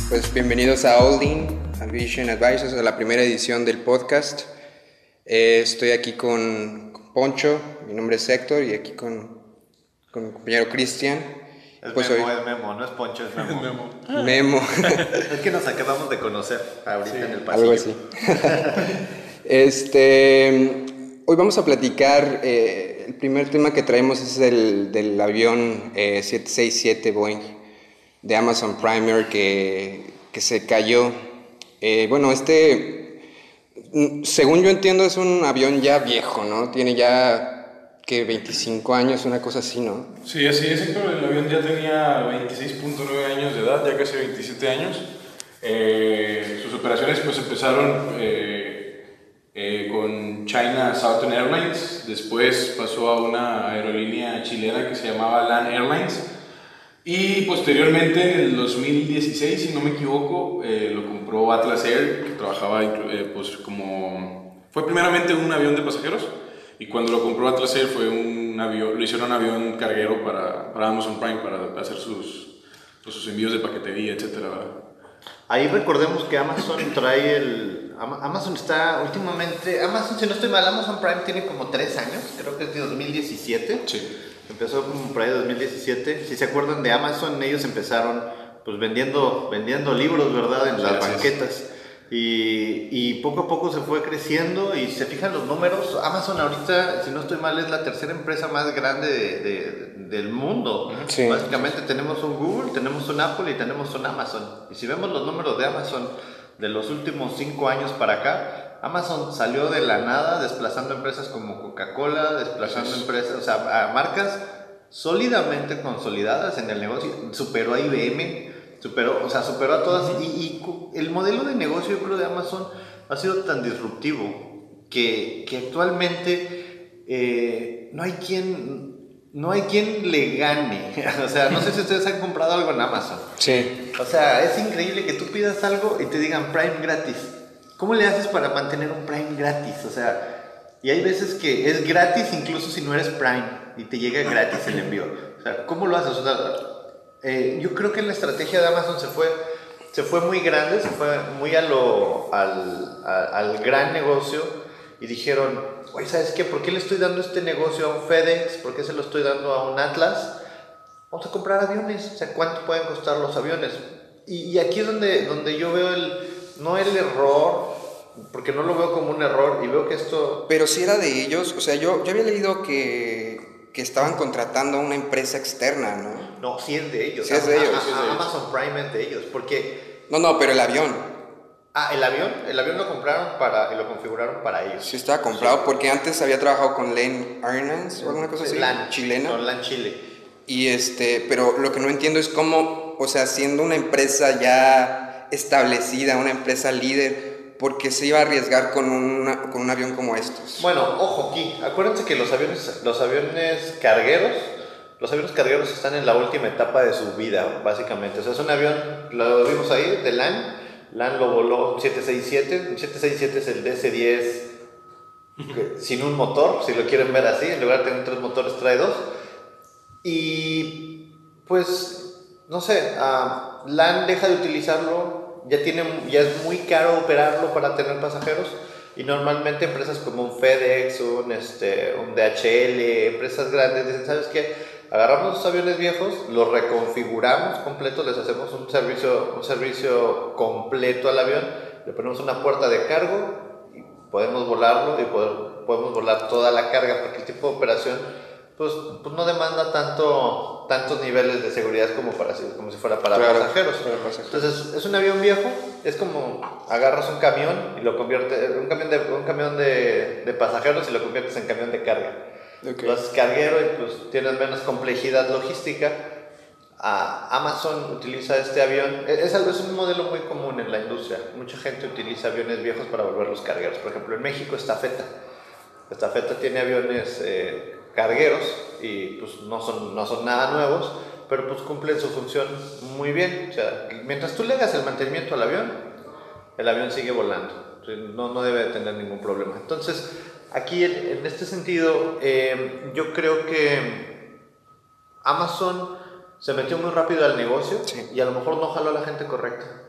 Pues bienvenidos a Holding Aviation Advisors, a la primera edición del podcast. Estoy aquí con Poncho, mi nombre es Héctor, y aquí con mi compañero Cristian. Es pues Memo, es Memo, no es Poncho, es Memo. Memo. Es que nos acabamos de conocer ahorita en el pasillo. Algo así. Hoy vamos a platicar, el primer tema que traemos es el del avión 767 Boeing de Amazon Prime que se cayó. Según yo entiendo, es un avión ya viejo, ¿no? Tiene ya, 25 años, una cosa así, ¿no? Sí, así es, Héctor. El avión ya tenía 26.9 años de edad, ya casi 27 años. Sus operaciones pues empezaron con China Southern Airlines, después pasó a una aerolínea chilena que se llamaba LAN Airlines, y posteriormente en el 2016, si no me equivoco, lo compró Atlas Air, que trabajaba fue primeramente un avión de pasajeros, y cuando lo compró Atlas Air fue un avión, lo hicieron un avión carguero para Amazon Prime, para hacer sus envíos de paquetería, etcétera, ¿verdad? Ahí recordemos que Amazon Amazon está últimamente, si no estoy mal, Amazon Prime tiene como 3 años, creo que es de 2017. Sí. Empezó como por ahí de 2017. Si se acuerdan de Amazon, ellos empezaron pues vendiendo libros, ¿verdad? En las banquetas. Y poco a poco se fue creciendo y se fijan los números. Amazon ahorita, si no estoy mal, es la tercera empresa más grande del mundo. Sí. Básicamente tenemos un Google, tenemos un Apple y tenemos un Amazon. Y si vemos los números de Amazon de los últimos 5 años para acá, Amazon salió de la nada desplazando empresas como Coca-Cola, desplazando empresas, o sea, a marcas sólidamente consolidadas en el negocio. Superó a IBM, superó a todas. Y el modelo de negocio, yo creo, de Amazon ha sido tan disruptivo que actualmente no hay quien le gane. O sea, no sé si ustedes han comprado algo en Amazon. Sí. O sea, es increíble que tú pidas algo y te digan Prime gratis. ¿Cómo le haces para mantener un Prime gratis? O sea, y hay veces que es gratis incluso si no eres Prime y te llega gratis el envío. O sea, ¿cómo lo haces? O sea, yo creo que la estrategia de Amazon se fue muy grande, se fue muy al gran negocio y dijeron, oye, ¿sabes qué? ¿Por qué le estoy dando este negocio a un FedEx? ¿Por qué se lo estoy dando a un Atlas? Vamos a comprar aviones. O sea, ¿cuánto pueden costar los aviones? Y aquí es donde yo veo no el error, porque no lo veo como un error y veo que esto... Pero si era de ellos, o sea, yo había leído que estaban contratando a una empresa externa, ¿no? No, sí es de ellos. Sí es de ellos. Amazon Prime es de ellos, porque... No, pero el avión. El avión lo compraron y lo configuraron para ellos. Sí estaba comprado, sí. Porque antes había trabajado con LAN Airlines o alguna cosa así. LAN, chilena. Con LAN Chile. Y pero lo que no entiendo es cómo, o sea, siendo una empresa ya establecida, una empresa líder, ¿por qué se iba a arriesgar con un avión como estos? Bueno, ojo aquí, acuérdense que los aviones cargueros están en la última etapa de su vida, básicamente. O sea, es un avión, lo vimos ahí, de LAN lo voló un 767. Un 767 es el DC-10 sin un motor, si lo quieren ver así. En lugar de tener 3 motores, trae 2. Y pues, no sé, LAN deja de utilizarlo, ya es muy caro operarlo para tener pasajeros. Y normalmente empresas como un FedEx, un DHL, empresas grandes dicen, ¿sabes qué? Agarramos los aviones viejos, los reconfiguramos completo, les hacemos un servicio completo al avión, le ponemos una puerta de cargo y podemos volarlo y podemos volar toda la carga, porque el tipo de operación pues no demanda tantos niveles de seguridad como si fuera para pasajeros. Entonces es un avión viejo, es como agarras un camión y lo conviertes un camión de pasajeros y lo conviertes en camión de carga. Okay. Lo haces carguero y pues tienes menos complejidad logística. Amazon utiliza este avión, es un modelo muy común en la industria. Mucha gente utiliza aviones viejos para volverlos cargueros. Por ejemplo, en México Estafeta tiene aviones cargueros y pues no son nada nuevos, pero pues cumplen su función muy bien. O sea, mientras tú le hagas el mantenimiento al avión, el avión sigue volando, no debe de tener ningún problema. Entonces aquí en este sentido yo creo que Amazon se metió muy rápido al negocio, sí, y a lo mejor no jaló a la gente correcta.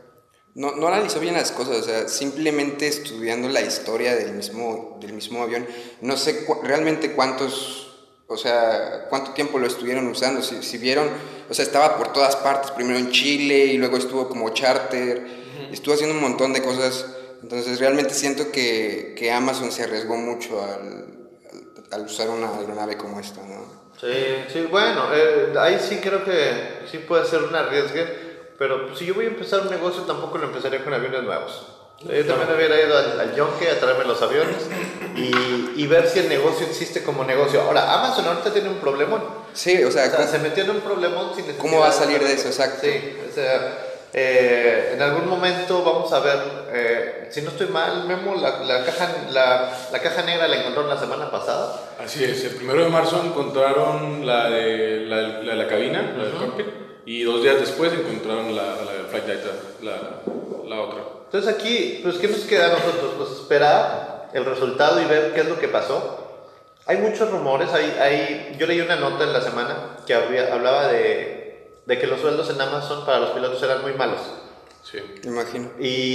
no analizó bien las cosas, o sea, simplemente estudiando la historia del mismo avión, no sé realmente o sea, cuánto tiempo lo estuvieron usando, si vieron, o sea, estaba por todas partes, primero en Chile y luego estuvo como charter, estuvo haciendo un montón de cosas, entonces realmente siento que Amazon se arriesgó mucho al usar una aeronave como esta, ¿no? Sí, bueno, ahí sí creo que sí puede ser un arriesgue, pero pues, si yo voy a empezar un negocio tampoco lo empezaría con aviones nuevos. Yo también hubiera ido al yonke a traerme los aviones y ver si el negocio existe como negocio. Ahora, Amazon ahorita tiene un problemón. Sí, o sea Se metió en un problemón sin necesidad. ¿Cómo va a salir de eso? Exacto. Sí, o sea, en algún momento vamos a ver, si no estoy mal, Memo, la caja negra la encontraron la semana pasada. Así es, el 1 de marzo encontraron la de la cabina, la del cockpit, y 2 días después encontraron la del flight data, la otra. Entonces aquí, pues, ¿qué nos queda a nosotros? Pues esperar el resultado y ver qué es lo que pasó. Hay muchos rumores, yo leí una nota en la semana que hablaba de que los sueldos en Amazon para los pilotos eran muy malos. Sí. Me imagino.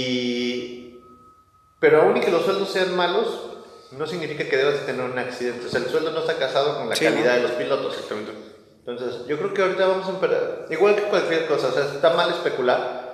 Pero aún y que los sueldos sean malos, no significa que debas de tener un accidente. O sea, el sueldo no está casado con la calidad de los pilotos. Exactamente. Entonces, yo creo que ahorita vamos a esperar. Igual que cualquier cosa, o sea, está mal especular.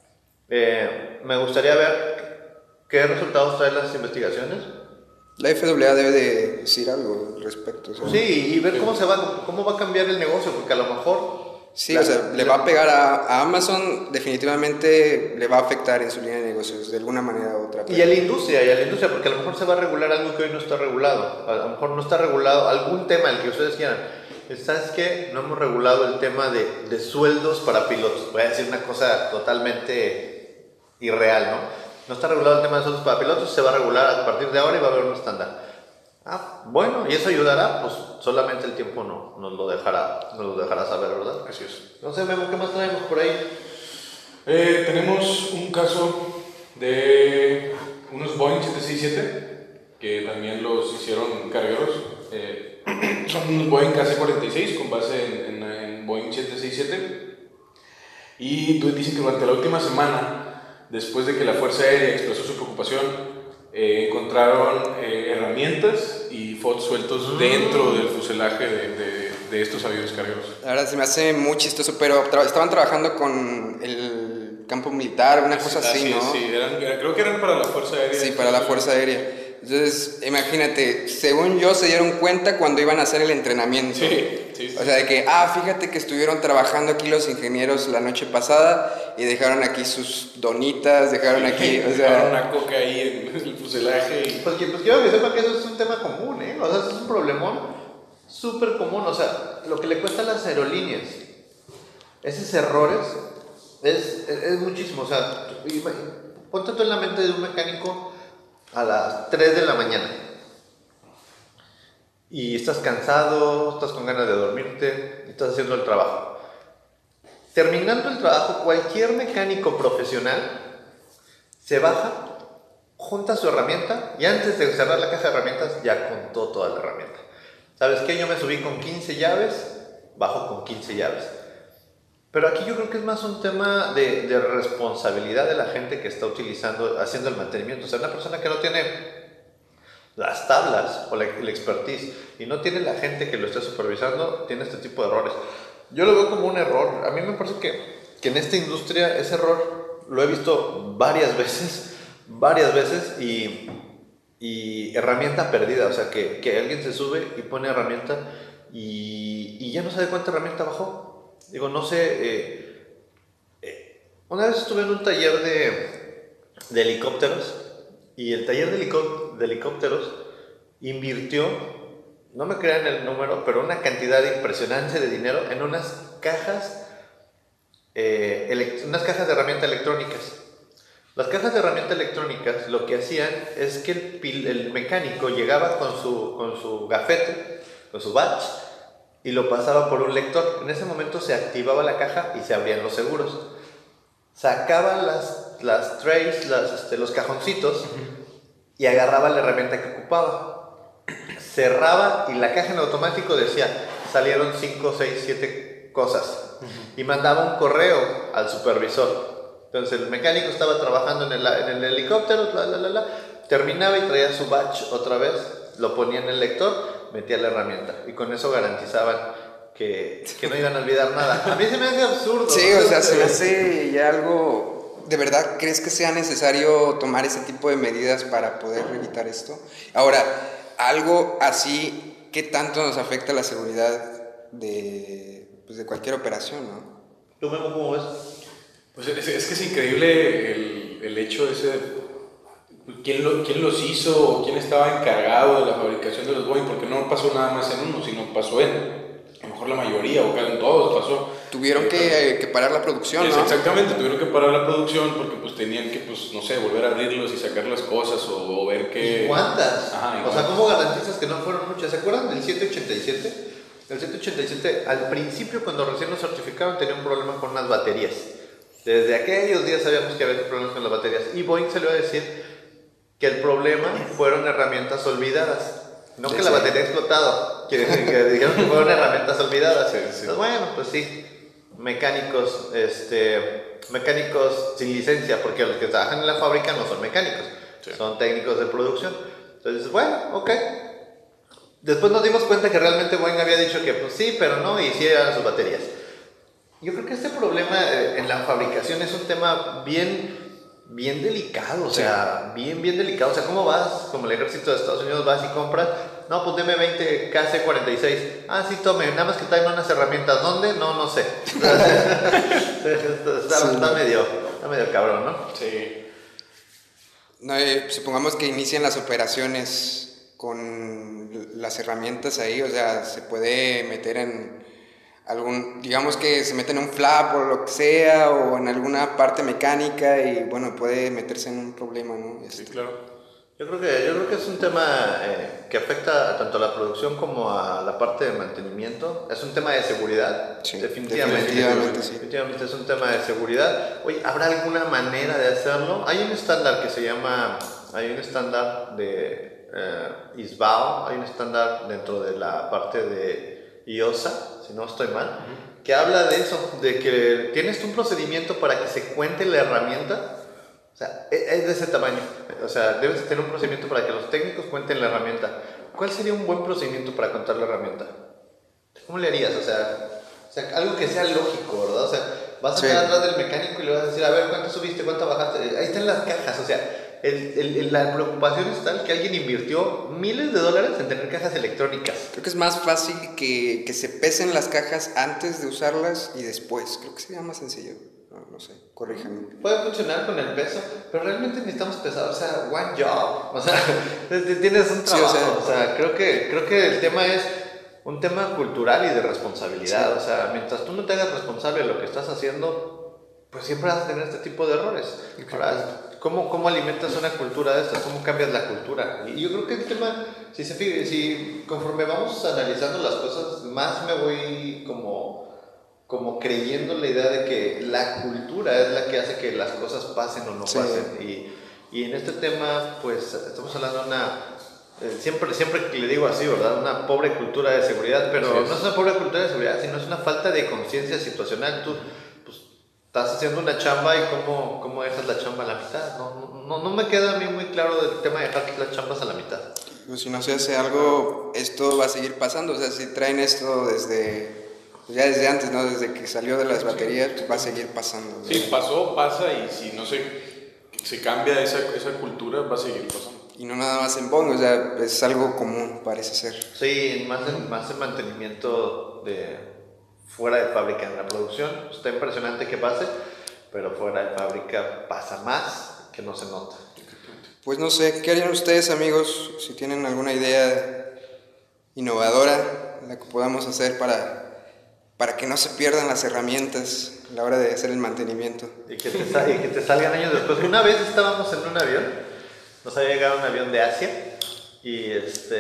Me gustaría ver qué resultados traen las investigaciones. La FAA debe de decir algo al respecto. O sea. Sí, y ver cómo va a cambiar el negocio, porque a lo mejor... Sí, o sea, le va a pegar a Amazon, definitivamente le va a afectar en su línea de negocios, de alguna manera u otra. Y a la industria, porque a lo mejor se va a regular algo que hoy no está regulado. A lo mejor no está regulado algún tema el que ustedes quieran. ¿Sabes qué? No hemos regulado el tema de sueldos para pilotos. Voy a decir una cosa totalmente irreal, ¿no? No está regulado el tema de sueldos para pilotos, se va a regular a partir de ahora y va a haber un estándar. Bueno, y eso ayudará, pues solamente el tiempo nos lo dejará saber, ¿verdad? Así es. No sé, Memo, ¿qué más traemos por ahí? Tenemos un caso de unos Boeing 767 que también los hicieron cargueros. Son unos Boeing KC-46 con base en Boeing 767 y dicen que durante la última semana, después de que la Fuerza Aérea expresó su preocupación, encontraron herramientas y fotos sueltos dentro del fuselaje de estos aviones cargueros. La verdad se me hace muy chistoso, pero estaban trabajando con el campo militar, una cosa así, ¿no? Sí, creo que eran para la Fuerza Aérea. Sí, para la Fuerza Aérea. Entonces, imagínate, según yo se dieron cuenta cuando iban a hacer el entrenamiento. Sí. O sea, de que, fíjate que estuvieron trabajando aquí los ingenieros la noche pasada y dejaron aquí sus donitas, dejaron aquí, o sea... Dejaron una coca ahí en el fuselaje. Pues quiero que sepan que eso es un tema común, ¿eh? O sea, es un problemón súper común. O sea, lo que le cuesta a las aerolíneas, esos errores, es muchísimo. O sea, ponte tú en la mente de un mecánico a las 3 de la mañana y estás cansado, estás con ganas de dormirte y estás haciendo el trabajo. Terminando el trabajo, cualquier mecánico profesional se baja, junta su herramienta y antes de cerrar la caja de herramientas ya contó toda la herramienta. ¿Sabes qué? Yo me subí con 15 llaves, bajo con 15 llaves. Pero aquí yo creo que es más un tema de responsabilidad de la gente que está haciendo el mantenimiento. O sea, una persona que no tiene las tablas o el expertise y no tiene la gente que lo esté supervisando, tiene este tipo de errores. Yo lo veo como un error. A mí me parece que en esta industria ese error lo he visto varias veces y herramienta perdida. O sea, que alguien se sube y pone herramienta y ya no sabe cuánta herramienta bajó. Digo, no sé, una vez estuve en un taller de helicópteros y el taller de helicópteros invirtió, no me crean el número, pero una cantidad impresionante de dinero en unas cajas de herramientas electrónicas. Las cajas de herramientas electrónicas lo que hacían es que el mecánico llegaba con su gafete, con su badge, y lo pasaba por un lector. En ese momento se activaba la caja y se abrían los seguros. Sacaba las trays, los cajoncitos y agarraba la herramienta que ocupaba. Cerraba y la caja en automático decía, salieron 5, 6, 7 cosas. Y mandaba un correo al supervisor. Entonces el mecánico estaba trabajando en el helicóptero, terminaba y traía su badge otra vez, lo ponía en el lector, metía la herramienta y con eso garantizaban que no iban a olvidar nada. A mí se me hace absurdo. Sí, o sea, se me hace ya algo... ¿De verdad crees que sea necesario tomar ese tipo de medidas para poder evitar esto? Ahora, algo así, ¿qué tanto nos afecta la seguridad de cualquier operación, no? ¿Tú, Memo, cómo ves? Pues es que es increíble el hecho ese de quién los hizo o quién estaba encargado de la fabricación de los Boeing, porque no pasó nada más en uno, sino pasó a lo mejor la mayoría o en todos pasó. Tuvieron que parar la producción, ¿no? Exactamente, tuvieron que parar la producción porque pues tenían que, pues, no sé, volver a abrirlos y sacar las cosas o ver qué... ¿Y cuántas? Ajá, o sea, ¿cómo garantizas que no fueron muchas? ¿Se acuerdan del 787? El 787 al principio cuando recién lo certificaron tenía un problema con las baterías. Desde aquellos días sabíamos que había problemas con las baterías y Boeing salió a decir que el problema fueron herramientas olvidadas, no que la batería ha explotado, que dijeron que fueron herramientas olvidadas. Sí. Entonces, bueno, pues sí, mecánicos sin licencia, porque los que trabajan en la fábrica no son mecánicos, son técnicos de producción. Entonces, bueno, ok. Después nos dimos cuenta que realmente Boeing había dicho que pues sí, pero no, y sí eran sus baterías. Yo creo que este problema en la fabricación es un tema bien delicado, o sea, bien delicado. O sea, ¿cómo vas? Como el ejército de Estados Unidos vas y compras, no, pues deme 20 KC-46. Ah, sí, tome, nada más que traen unas herramientas. ¿Dónde? No sé. Está medio cabrón, ¿no? Sí. No, supongamos que inician las operaciones con las herramientas ahí, o sea, se puede meter en digamos que se mete en un flap o lo que sea, o en alguna parte mecánica y bueno, puede meterse en un problema, ¿no? Sí, claro. Yo creo que es un tema que afecta tanto a la producción como a la parte de mantenimiento. Es un tema de seguridad, sí, definitivamente sí. Definitivamente es un tema de seguridad. Oye, ¿habrá alguna manera de hacerlo? Hay un estándar que se llama, hay un estándar de ISBAO, hay un estándar dentro de la parte de IOSA, si no estoy mal, que habla de eso, de que tienes un procedimiento para que se cuente la herramienta. O sea, es de ese tamaño. O sea, debes de tener un procedimiento para que los técnicos cuenten la herramienta. ¿Cuál sería un buen procedimiento para contar la herramienta? ¿Cómo le harías? O sea algo que sea lógico, ¿verdad? O sea, vas a estar atrás del mecánico y le vas a decir, a ver, ¿cuánto subiste? ¿Cuánto bajaste? Ahí están las cajas. O sea, la preocupación es tal que alguien invirtió miles de dólares en tener cajas electrónicas. Creo que es más fácil que se pesen las cajas antes de usarlas y después. Creo que sería más sencillo. No sé, corríjame. Puede funcionar con el peso, pero realmente necesitamos pesar, o sea, one job, o sea, tienes un trabajo, sí, o sea, creo que el tema es un tema cultural y de responsabilidad, sí. O sea, mientras tú no te hagas responsable de lo que estás haciendo, pues siempre vas a tener este tipo de errores. Ahora, ¿cómo alimentas una cultura de estas? ¿Cómo cambias la cultura? Y yo creo que el tema, si conforme vamos analizando las cosas, más me voy como creyendo la idea de que la cultura es la que hace que las cosas pasen o no pasen. Y en este tema, pues, estamos hablando de una... siempre que le digo así, ¿verdad? Una pobre cultura de seguridad, pero no es una pobre cultura de seguridad, sino es una falta de conciencia situacional. Tú, pues, estás haciendo una chamba y ¿cómo dejas la chamba a la mitad? No me queda a mí muy claro el tema de dejar las chambas a la mitad. Pues si no se hace algo, esto va a seguir pasando. O sea, si traen esto ya desde antes, ¿no? Desde que salió de las baterías, pues va a seguir pasando, ¿no? Sí, pasa y si no se cambia esa cultura, va a seguir pasando. Y no nada más en Boeing, o sea, es algo común, parece ser. Sí, más en mantenimiento fuera de fábrica. En la producción está impresionante que pase, pero fuera de fábrica pasa más que no se nota. Pues no sé, ¿qué harían ustedes, amigos, si tienen alguna idea innovadora en la que podamos hacer para que no se pierdan las herramientas a la hora de hacer el mantenimiento? Y que te salgan años después. Una vez estábamos en un avión, nos había llegado un avión de Asia, y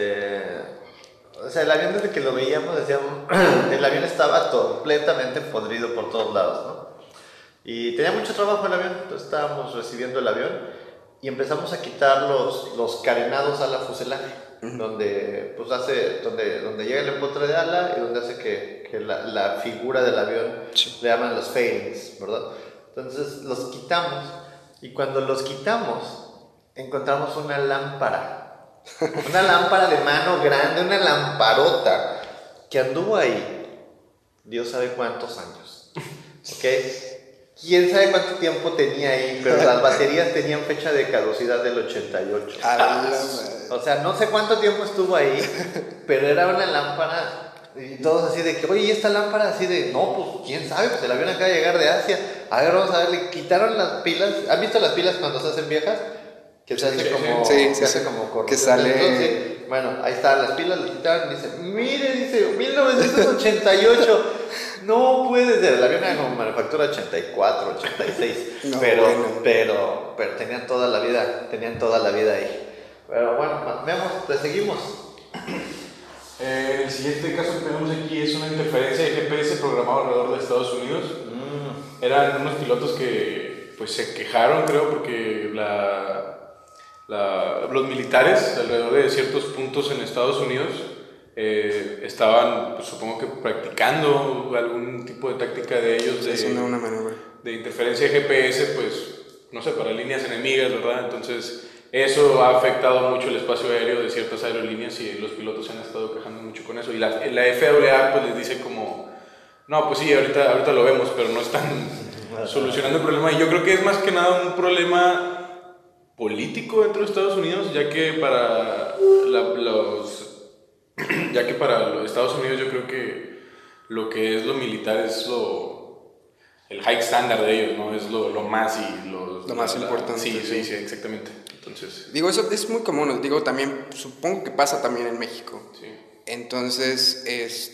o sea, el avión desde que lo veíamos decíamos, el avión estaba completamente podrido por todos lados, ¿no? Y tenía mucho trabajo el avión, entonces estábamos recibiendo el avión y empezamos a quitar los carenados a la fuselaje, donde llega el empotre de ala y donde hace que la figura del avión le llaman los fairings, ¿verdad? Entonces los quitamos y cuando los quitamos encontramos una lámpara de mano grande, una lamparota que anduvo ahí Dios sabe cuántos años, ¿ok? Quién sabe cuánto tiempo tenía ahí, pero las baterías tenían fecha de caducidad del 88. O sea, no sé cuánto tiempo estuvo ahí, pero era una lámpara. Y todos así de que, oye, ¿y esta lámpara? Así de, no, pues quién sabe, pues el avión acaba de llegar de Asia. A ver, vamos a ver, le quitaron las pilas. ¿Han visto las pilas cuando se hacen viejas? Que se hace como, se hace como corto. Que sale. Entonces, bueno, ahí están las pilas, le quitaron y dice, mire, dice, 1988. No puede ser, el avión era como manufactura 84, 86. No, pero tenían toda la vida ahí. Pero bueno, veamos, pues seguimos. El siguiente caso que tenemos aquí es una interferencia de GPS programado alrededor de Estados Unidos. Eran unos pilotos que pues se quejaron, creo, porque los militares alrededor de ciertos puntos en Estados Unidos estaban, pues, supongo que practicando algún tipo de táctica de ellos de interferencia de GPS, pues, no sé, para líneas enemigas, ¿verdad? Entonces eso ha afectado mucho el espacio aéreo de ciertas aerolíneas y los pilotos se han estado quejando mucho con eso. Y la FAA pues les dice como, no, pues sí, ahorita lo vemos, pero no están solucionando el problema. Y yo creo que es más que nada un problema político dentro de Estados Unidos, ya que para los Estados Unidos yo creo que lo que es lo militar es el high standard de ellos, ¿no? Es lo más y lo más importante. Sí, exactamente. Entonces, digo, eso es muy común, digo, también, supongo que pasa también en México. Sí. Entonces,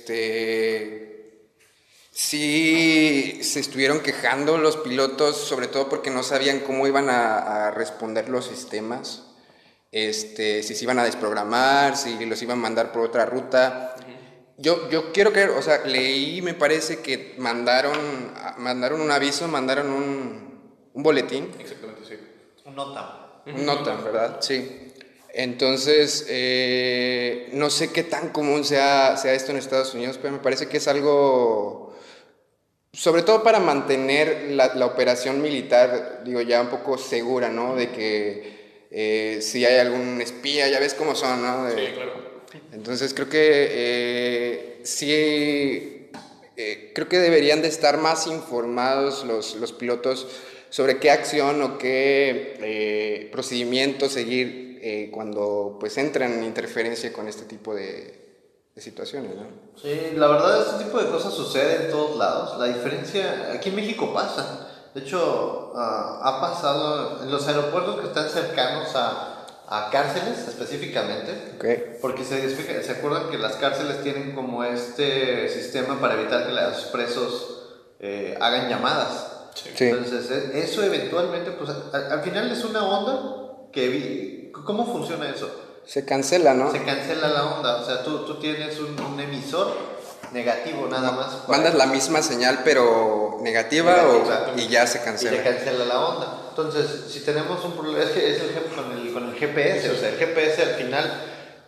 sí se estuvieron quejando los pilotos, sobre todo porque no sabían cómo iban a responder los sistemas, si se iban a desprogramar, si los iban a mandar por otra ruta. Yo quiero creer, o sea, leí, me parece que mandaron un aviso, mandaron un boletín. Exactamente, sí. Un NOTAM. Un NOTAM, ¿verdad? Sí. Entonces, no sé qué tan común sea esto en Estados Unidos, pero me parece que es algo, sobre todo para mantener la operación militar, digo, ya un poco segura, ¿no? De que si hay algún espía, ya ves cómo son, ¿no? Sí, claro. Entonces creo que sí, creo que deberían de estar más informados los pilotos sobre qué acción o qué procedimiento seguir cuando pues entran en interferencia con este tipo de situaciones, ¿no? Sí, la verdad este tipo de cosas sucede en todos lados. La diferencia, aquí en México pasa. De hecho, ha pasado en los aeropuertos que están cercanos a cárceles específicamente, okay. Porque se acuerdan que las cárceles tienen como este sistema para evitar que los presos hagan llamadas. Sí. Entonces eso eventualmente, pues al final es una onda que ¿cómo funciona eso? Se cancela, ¿no? Se cancela la onda, o sea, tú tienes un emisor negativo nada más. Mandas la misma señal pero negativa. Y ya se cancela. Y se cancela la onda. Entonces, si tenemos un problema, es el ejemplo con el GPS, o sea, el GPS al final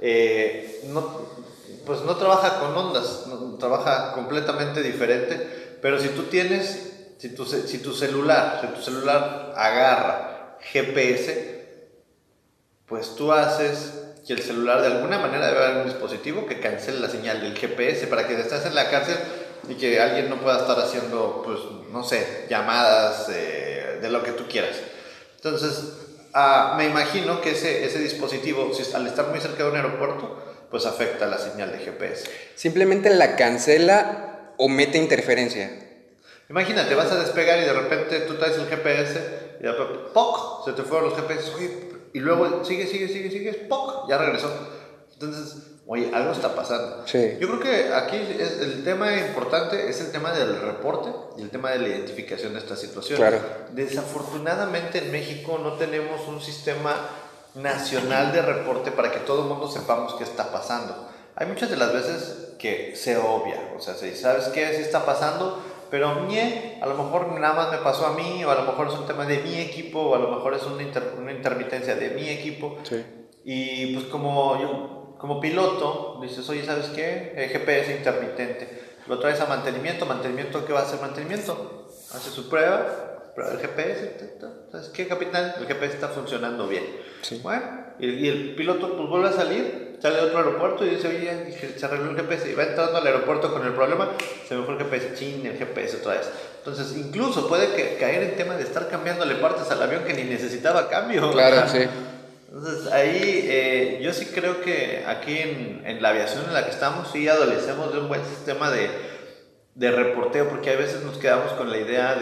no trabaja con ondas, trabaja completamente diferente, pero si tu celular agarra GPS, pues tú haces que el celular de alguna manera debe haber un dispositivo que cancele la señal del GPS para que estés en la cárcel y que alguien no pueda estar haciendo, pues, no sé, llamadas de lo que tú quieras. Entonces, me imagino que ese dispositivo, al estar muy cerca de un aeropuerto, pues afecta la señal de GPS. Simplemente la cancela o mete interferencia. Imagínate, vas a despegar y de repente tú traes el GPS y de repente, ¡poc!, se te fueron los GPS. Oye, y luego sigue, ¡poc!, ya regresó. Entonces, oye, algo está pasando. Sí. Yo creo que aquí el tema importante es el tema del reporte y el tema de la identificación de estas situaciones. Claro. Desafortunadamente en México no tenemos un sistema nacional de reporte para que todo el mundo sepamos qué está pasando. Hay muchas de las veces que se obvia, o sea, si sabes qué sí está pasando, pero a lo mejor nada más me pasó a mí, o a lo mejor es un tema de mi equipo, o a lo mejor es una intermitencia de mi equipo. Sí. Y pues como piloto, dices, oye, ¿sabes qué? GPS intermitente. Lo traes a mantenimiento, ¿qué va a hacer mantenimiento? Hace su prueba pero el GPS, ¿sabes qué, capitán? El GPS está funcionando bien. Sí. Bueno, y el piloto pues vuelve a salir, sale de otro aeropuerto y dice, oye, se arregló el GPS, y va entrando al aeropuerto con el problema, se me fue el GPS, chin, el GPS otra vez. Entonces, incluso puede caer en tema de estar cambiándole partes al avión que ni necesitaba cambio. Claro, sí. Entonces, ahí yo sí creo que aquí en la aviación en la que estamos, sí adolecemos de un buen sistema de reporteo, porque a veces nos quedamos con la idea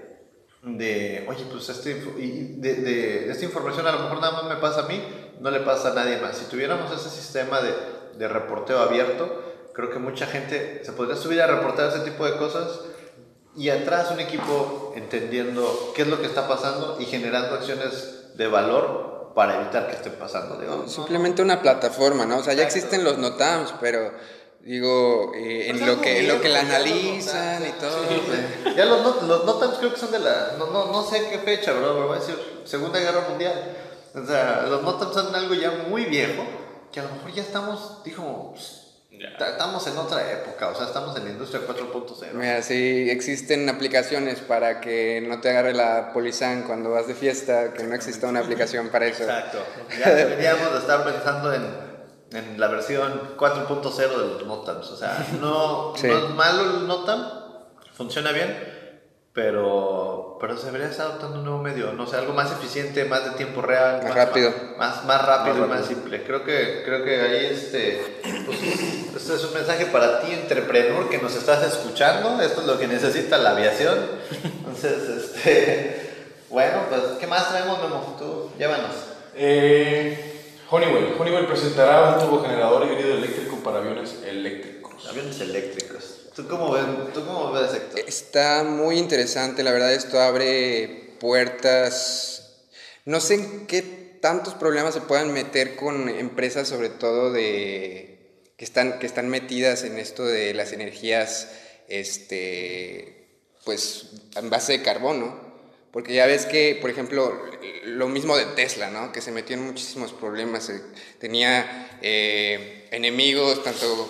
oye, pues esta información a lo mejor nada más me pasa a mí, no le pasa a nadie más. Si tuviéramos ese sistema de reporteo abierto, creo que mucha gente se podría subir a reportar ese tipo de cosas y atrás un equipo entendiendo qué es lo que está pasando y generando acciones de valor para evitar que estén pasando. Simplemente una plataforma, ¿no? O sea, ya existen los NOTAMs, pero digo, en lo que la analizan y todo. Sí. Ya los NOTAMs creo que son de no sé qué fecha, bro, pero voy a decir Segunda Guerra Mundial. O sea, los NOTAMs son algo ya muy viejo, que a lo mejor ya estamos, estamos en otra época, o sea, estamos en la industria 4.0. Mira, sí, existen aplicaciones para que no te agarre la polizán cuando vas de fiesta, que no exista una aplicación para eso. Exacto. Ya deberíamos de estar pensando en la versión 4.0 de los NOTAMs. O sea, no es malo el NOTAM, funciona bien, pero se debería estar adoptando un nuevo medio, no sé, algo más eficiente, más de tiempo real, más rápido, más rápido y más simple. Creo que ahí pues, este es un mensaje para ti, entrepreneur, que nos estás escuchando. Esto es lo que necesita la aviación. Entonces, bueno, pues, ¿qué más traemos, Memo? Tú, llévanos. Honeywell presentará un turbogenerador híbrido eléctrico para aviones eléctricos. Aviones eléctricos. ¿Tú cómo ves, Héctor? Está muy interesante, la verdad. Esto abre puertas. No sé en qué tantos problemas se puedan meter con empresas, sobre todo que están metidas en esto de las energías, pues en base de carbono. Porque ya ves que, por ejemplo, lo mismo de Tesla, ¿no? Que se metió en muchísimos problemas. Tenía enemigos, tanto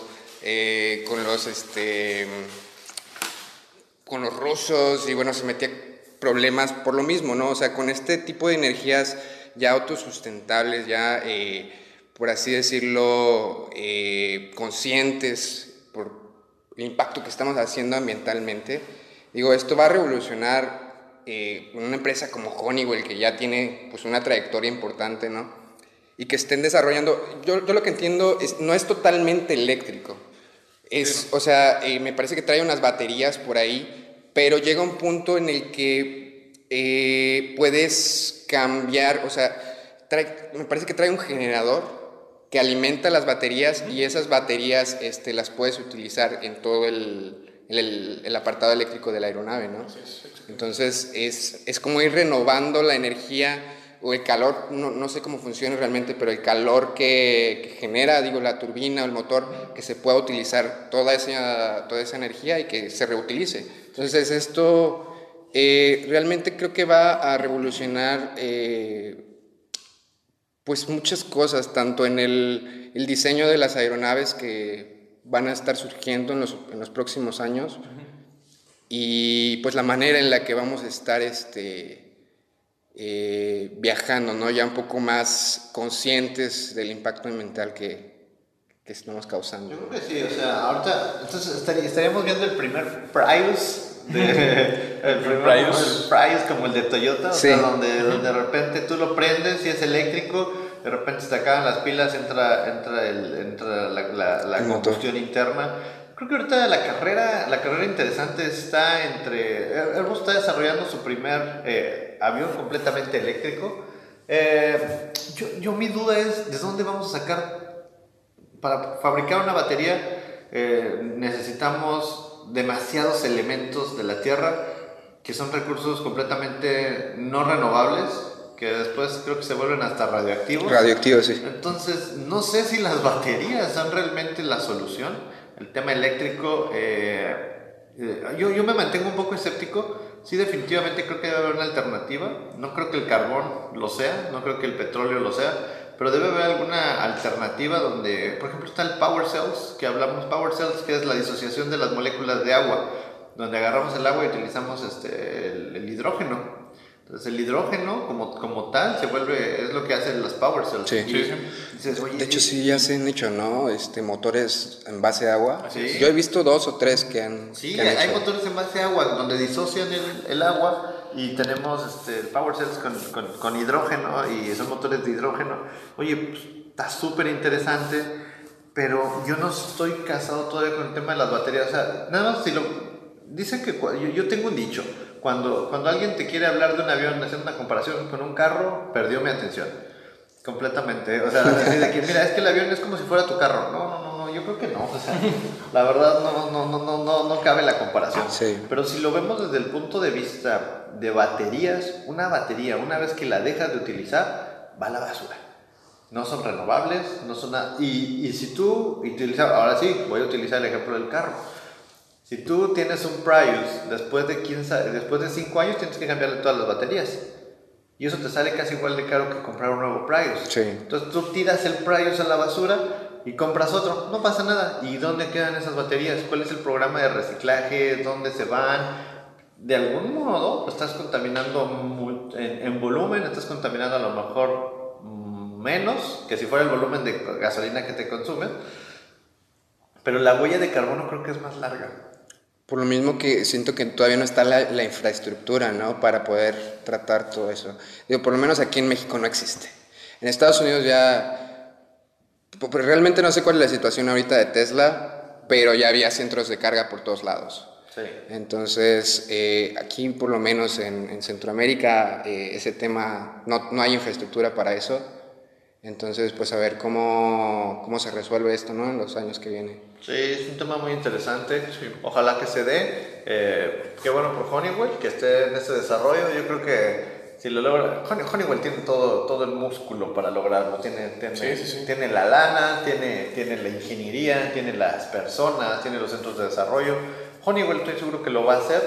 con los rusos, y bueno, se metía problemas por lo mismo, ¿no? O sea, con este tipo de energías ya autosustentables, ya, por así decirlo, conscientes por el impacto que estamos haciendo ambientalmente. Digo, esto va a revolucionar una empresa como Honeywell, que ya tiene pues una trayectoria importante, ¿no? Y que estén desarrollando, yo lo que entiendo no es totalmente eléctrico, o sea, me parece que trae unas baterías por ahí, pero llega un punto en el que puedes cambiar, o sea, me parece que trae un generador que alimenta las baterías, y esas baterías las puedes utilizar en todo el apartado eléctrico de la aeronave, ¿no? Entonces es como ir renovando la energía o el calor, no sé cómo funciona realmente, pero el calor que genera, digo, la turbina o el motor, que se pueda utilizar toda esa energía y que se reutilice. Entonces esto realmente creo que va a revolucionar pues muchas cosas, tanto en el diseño de las aeronaves que van a estar surgiendo en los próximos años, y pues la manera en la que vamos a estar viajando, ¿no? Ya un poco más conscientes del impacto ambiental que estamos causando. Yo creo que sí, o sea, ahorita entonces estaríamos viendo el primer Prius, el Prius como el de Toyota, sí. O sea, donde de repente tú lo prendes y es eléctrico, de repente se te acaban las pilas, entra la combustión interna. Creo que ahorita la carrera interesante está Airbus está desarrollando su primer avión completamente eléctrico. Yo mi duda es, ¿de dónde vamos a sacar? Para fabricar una batería necesitamos demasiados elementos de la Tierra, que son recursos completamente no renovables, que después creo que se vuelven hasta radioactivos. Radioactivos, sí. Entonces, no sé si las baterías son realmente la solución. El tema eléctrico, yo me mantengo un poco escéptico. Sí, definitivamente creo que debe haber una alternativa. No creo que el carbón lo sea, no creo que el petróleo lo sea, pero debe haber alguna alternativa donde, por ejemplo, está el Power Cells, Power Cells, que es la disociación de las moléculas de agua, donde agarramos el agua y utilizamos el hidrógeno Entonces el hidrógeno como tal se vuelve, es lo que hacen las power cells. Sí. Sí. Dices, oye, De hecho, sí, ya se han hecho, ¿no? Motores en base a agua. Sí. Yo he visto 2 o 3 que han, sí, que han hay hecho. motores en base a agua donde disocian el agua y tenemos power cells con hidrógeno y son motores de hidrógeno. Oye, pues, está súper interesante, pero yo no estoy casado todavía con el tema de las baterías. O sea, nada más si lo... Dicen que yo tengo un dicho, cuando alguien te quiere hablar de un avión haciendo una comparación con un carro, perdió mi atención. Completamente, o sea, así de que mira, es que el avión es como si fuera tu carro. No, yo creo que no, o sea, la verdad no cabe la comparación. Sí. Pero si lo vemos desde el punto de vista de baterías, una batería, una vez que la dejas de utilizar, va a la basura. No son renovables, no son nada. Y si tú utilizas, ahora sí, voy a utilizar el ejemplo del carro. Si tú tienes un Prius, después de 5 años tienes que cambiarle todas las baterías. Y eso te sale casi igual de caro que comprar un nuevo Prius. Sí. Entonces tú tiras el Prius a la basura y compras otro. No pasa nada. ¿Y dónde quedan esas baterías? ¿Cuál es el programa de reciclaje? ¿Dónde se van? De algún modo estás contaminando en volumen, estás contaminando a lo mejor menos que si fuera el volumen de gasolina que te consumes. Pero la huella de carbono creo que es más larga. Por lo mismo que siento que todavía no está la infraestructura, ¿no? Para poder tratar todo eso. Digo, por lo menos aquí en México no existe. En Estados Unidos ya... Pues realmente no sé cuál es la situación ahorita de Tesla, pero ya había centros de carga por todos lados. Sí. Entonces, aquí por lo menos en Centroamérica, ese tema, no hay infraestructura para eso. Entonces, pues a ver cómo se resuelve esto, ¿no? En los años que vienen. Sí, es un tema muy interesante. Sí. Ojalá que se dé. Qué bueno por Honeywell que esté en ese desarrollo. Yo creo que si lo logra, Honeywell tiene todo el músculo para lograrlo. Tiene la lana, tiene la ingeniería, tiene las personas, tiene los centros de desarrollo. Honeywell estoy seguro que lo va a hacer.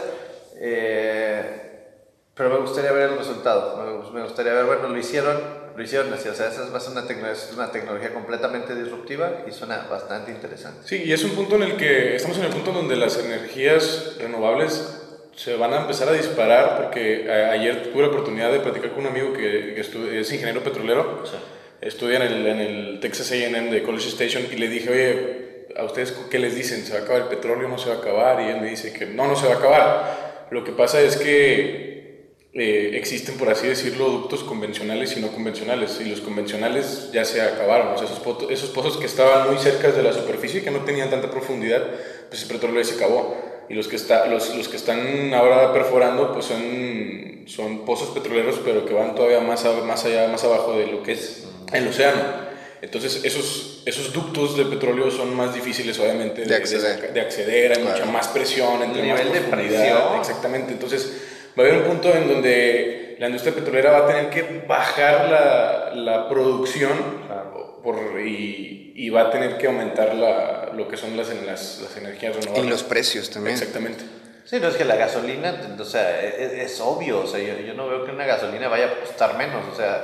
Pero me gustaría ver el resultado. Me gustaría ver, bueno, lo hicieron así, o sea, esa va a ser una tecnología completamente disruptiva y suena bastante interesante. Sí, y es un punto en el que estamos en el punto donde las energías renovables se van a empezar a disparar, porque ayer tuve la oportunidad de platicar con un amigo que es ingeniero petrolero, sí. Estudia en el Texas A&M de College Station, y le dije, oye, ¿a ustedes qué les dicen? ¿Se va a acabar el petróleo? ¿No se va a acabar? Y él me dice que no se va a acabar. Lo que pasa es que existen, por así decirlo, ductos convencionales y no convencionales, y los convencionales ya se acabaron. O sea, esos pozos que estaban muy cerca de la superficie, que no tenían tanta profundidad, pues el petróleo se acabó, y los que están ahora perforando pues son pozos petroleros, pero que van todavía más allá, más abajo de lo que es el océano. Entonces esos ductos de petróleo son más difíciles, obviamente, de acceder, hay mucha más presión, entre más profundidad. Exactamente. Entonces va a haber un punto en donde la industria petrolera va a tener que bajar la producción, claro, y va a tener que aumentar lo que son las energías renovables. Y los precios también. Exactamente. Sí, no es que la gasolina, o sea, es obvio, o sea, yo no veo que una gasolina vaya a costar menos, o sea,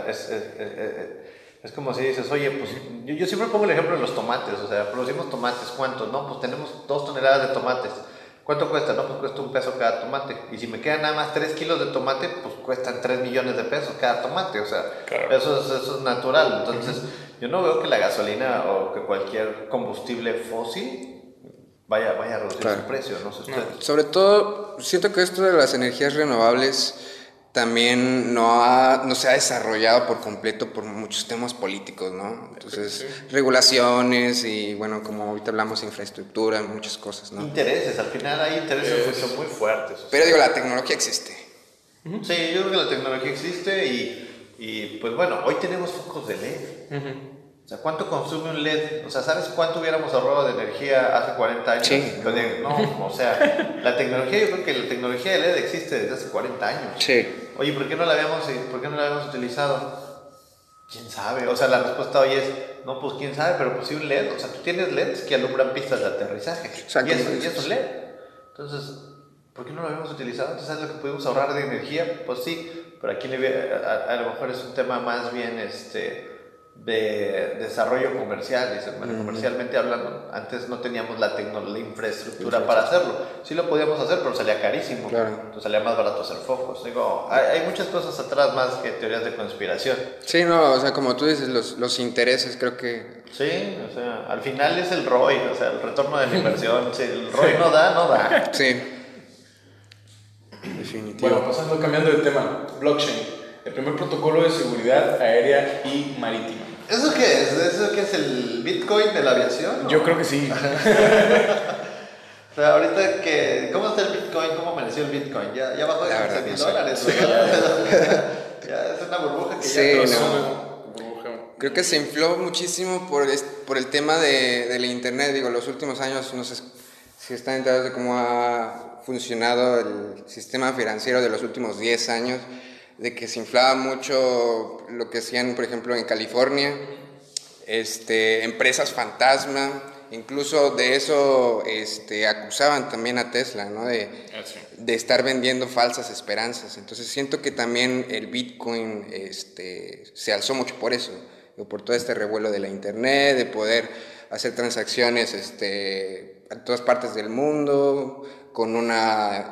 es como si dices, oye, pues yo siempre pongo el ejemplo de los tomates, o sea, producimos tomates, ¿cuántos? No, pues tenemos 2 toneladas de tomates. ¿Cuánto cuesta? No, pues cuesta $1 cada tomate. Y si me quedan nada más 3 kilos de tomate, pues cuestan 3 millones de pesos cada tomate. O sea, claro, eso es natural. Entonces, yo no veo que la gasolina o que cualquier combustible fósil vaya a reducir su precio. No sé ustedes. Sobre todo, siento que esto de las energías renovables también no se ha desarrollado por completo por muchos temas políticos, ¿no? Entonces, regulaciones y, bueno, como ahorita hablamos, infraestructura, muchas cosas, ¿no? Intereses, al final hay intereses muy fuertes. Pero digo, la tecnología existe. Sí, yo creo que la tecnología existe y pues bueno, hoy tenemos focos de LED. O sea, ¿cuánto consume un LED? O sea, ¿sabes cuánto hubiéramos ahorrado de energía hace 40 años? Sí. No, o sea, la tecnología, yo creo que la tecnología de LED existe desde hace 40 años. Sí. Oye, ¿por qué no la habíamos utilizado? ¿Quién sabe? O sea, la respuesta hoy es, no, pues quién sabe, pero pues sí un LED. O sea, tú tienes LEDs que alumbran pistas de aterrizaje. Y eso es LED. Entonces, ¿por qué no lo habíamos utilizado? Entonces, ¿sabes lo que pudimos ahorrar de energía? Pues sí, pero aquí a lo mejor es un tema más bien, de desarrollo comercial, comercialmente hablando. Antes no teníamos la infraestructura para hacerlo. Sí lo podíamos hacer, pero salía carísimo. Claro. Entonces salía más barato hacer focos. Digo, hay muchas cosas atrás más que teorías de conspiración. Sí, no, o sea, como tú dices, los intereses creo que... Sí, o sea, al final es el ROI, o sea, el retorno de la inversión. Si el ROI no da. Sí, definitivo. Bueno, cambiando de tema, blockchain, el primer protocolo de seguridad aérea y marítima. ¿Eso qué es? ¿Eso qué es el Bitcoin de la aviación? Yo creo que sí. O sea, ahorita ¿cómo está el Bitcoin? ¿Cómo amaneció el Bitcoin? Ya bajó de $15,000. Sí. Ya es una burbuja que Sí, ya no. Creo que se infló muchísimo por el tema de la internet. Digo, los últimos años, no sé si están enterados de cómo ha funcionado el sistema financiero de los últimos 10 años, de que se inflaba mucho lo que hacían, por ejemplo, en California, empresas fantasma, incluso de eso acusaban también a Tesla, ¿no? De estar vendiendo falsas esperanzas. Entonces siento que también el Bitcoin se alzó mucho por eso, por todo este revuelo de la internet, de poder hacer transacciones en todas partes del mundo, con una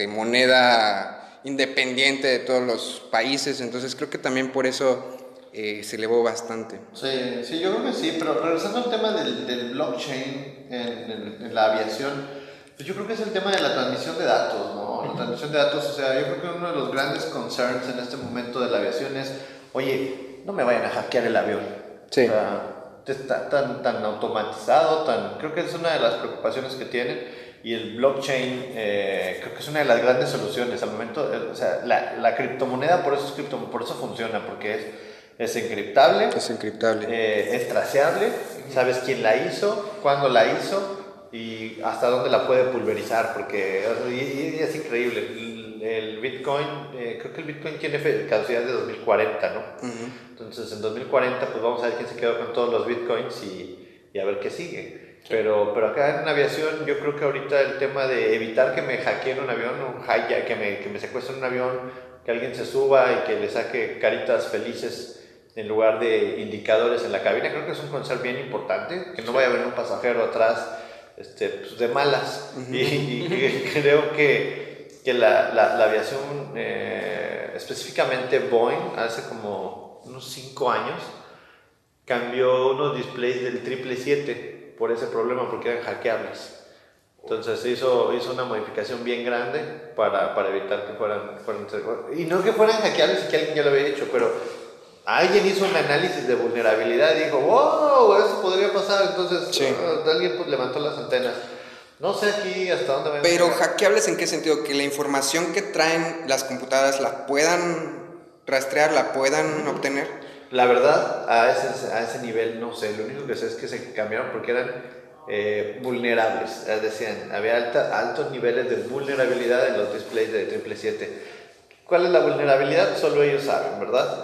moneda independiente de todos los países. Entonces creo que también por eso se elevó bastante. Sí, yo creo que sí, pero regresando al tema del blockchain en la aviación, pues yo creo que es el tema de la transmisión de datos, ¿no? La transmisión de datos, o sea, yo creo que uno de los grandes concerns en este momento de la aviación es, oye, no me vayan a hackear el avión. Sí. O sea, está tan automatizado, creo que es una de las preocupaciones que tienen. Y el blockchain creo que es una de las grandes soluciones al momento. O sea, la criptomoneda por eso funciona, porque es encriptable. Es encriptable. Es traceable, sabes quién la hizo, cuándo la hizo y hasta dónde la puede pulverizar, porque y es increíble. El Bitcoin, creo que el Bitcoin tiene caducidad de 2040, ¿no? Uh-huh. Entonces en 2040 pues vamos a ver quién se quedó con todos los Bitcoins y a ver qué sigue. Pero acá en aviación yo creo que ahorita el tema de evitar que me hackeen un avión, que me secuestren un avión, que alguien se suba y que le saque caritas felices en lugar de indicadores en la cabina, creo que es un concepto bien importante, que no vaya a haber un pasajero atrás pues de malas. Uh-huh. Y creo que la aviación, específicamente Boeing, hace como unos 5 años, cambió unos displays del 777 por ese problema, porque eran hackeables. Entonces se hizo una modificación bien grande para evitar que fueran y no que fueran hackeables y que alguien ya lo había hecho, pero alguien hizo un análisis de vulnerabilidad y dijo, wow, eso podría pasar. Entonces sí. Alguien pues levantó las antenas. No sé aquí hasta dónde van. Pero hackeables, ¿en qué sentido? Que la información que traen las computadoras la puedan rastrear, la puedan obtener. La verdad, a ese nivel no sé. Lo único que sé es que se cambiaron porque eran vulnerables. Decían, había altos niveles de vulnerabilidad en los displays de 777. ¿Cuál es la vulnerabilidad? Solo ellos saben, ¿verdad?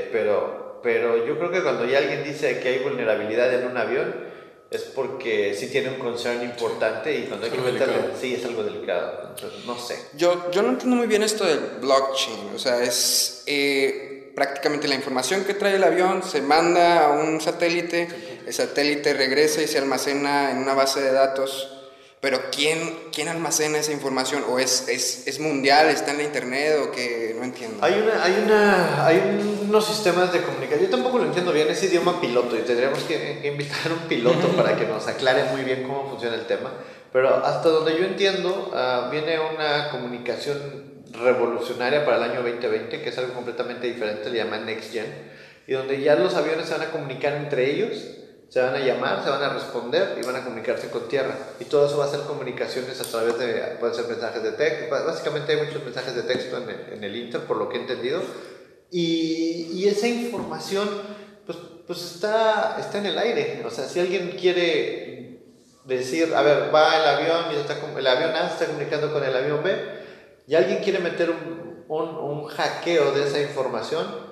Pero yo creo que cuando ya alguien dice que hay vulnerabilidad en un avión, es porque sí tiene un concern importante y cuando hay que meterle, sí es algo delicado. Entonces, no sé. Yo no entiendo muy bien esto del blockchain. O sea, es prácticamente la información que trae el avión se manda a un satélite, el satélite regresa y se almacena en una base de datos. Pero ¿quién almacena esa información? ¿O es mundial, está en la internet o qué? No entiendo. Hay unos sistemas de comunicación. Yo tampoco lo entiendo bien, ese idioma piloto, y tendríamos que invitar a un piloto para que nos aclare muy bien cómo funciona el tema. Pero hasta donde yo entiendo, viene una comunicación revolucionaria para el año 2020, que es algo completamente diferente, le llaman Next Gen, y donde ya los aviones se van a comunicar entre ellos, se van a llamar, se van a responder y van a comunicarse con tierra. Y todo eso va a ser comunicaciones a través pueden ser mensajes de texto. Básicamente hay muchos mensajes de texto en el Inter, por lo que he entendido. Y esa información pues está en el aire. O sea, si alguien quiere decir, a ver, va el avión y el avión A está comunicando con el avión B, y alguien quiere meter un hackeo de esa información,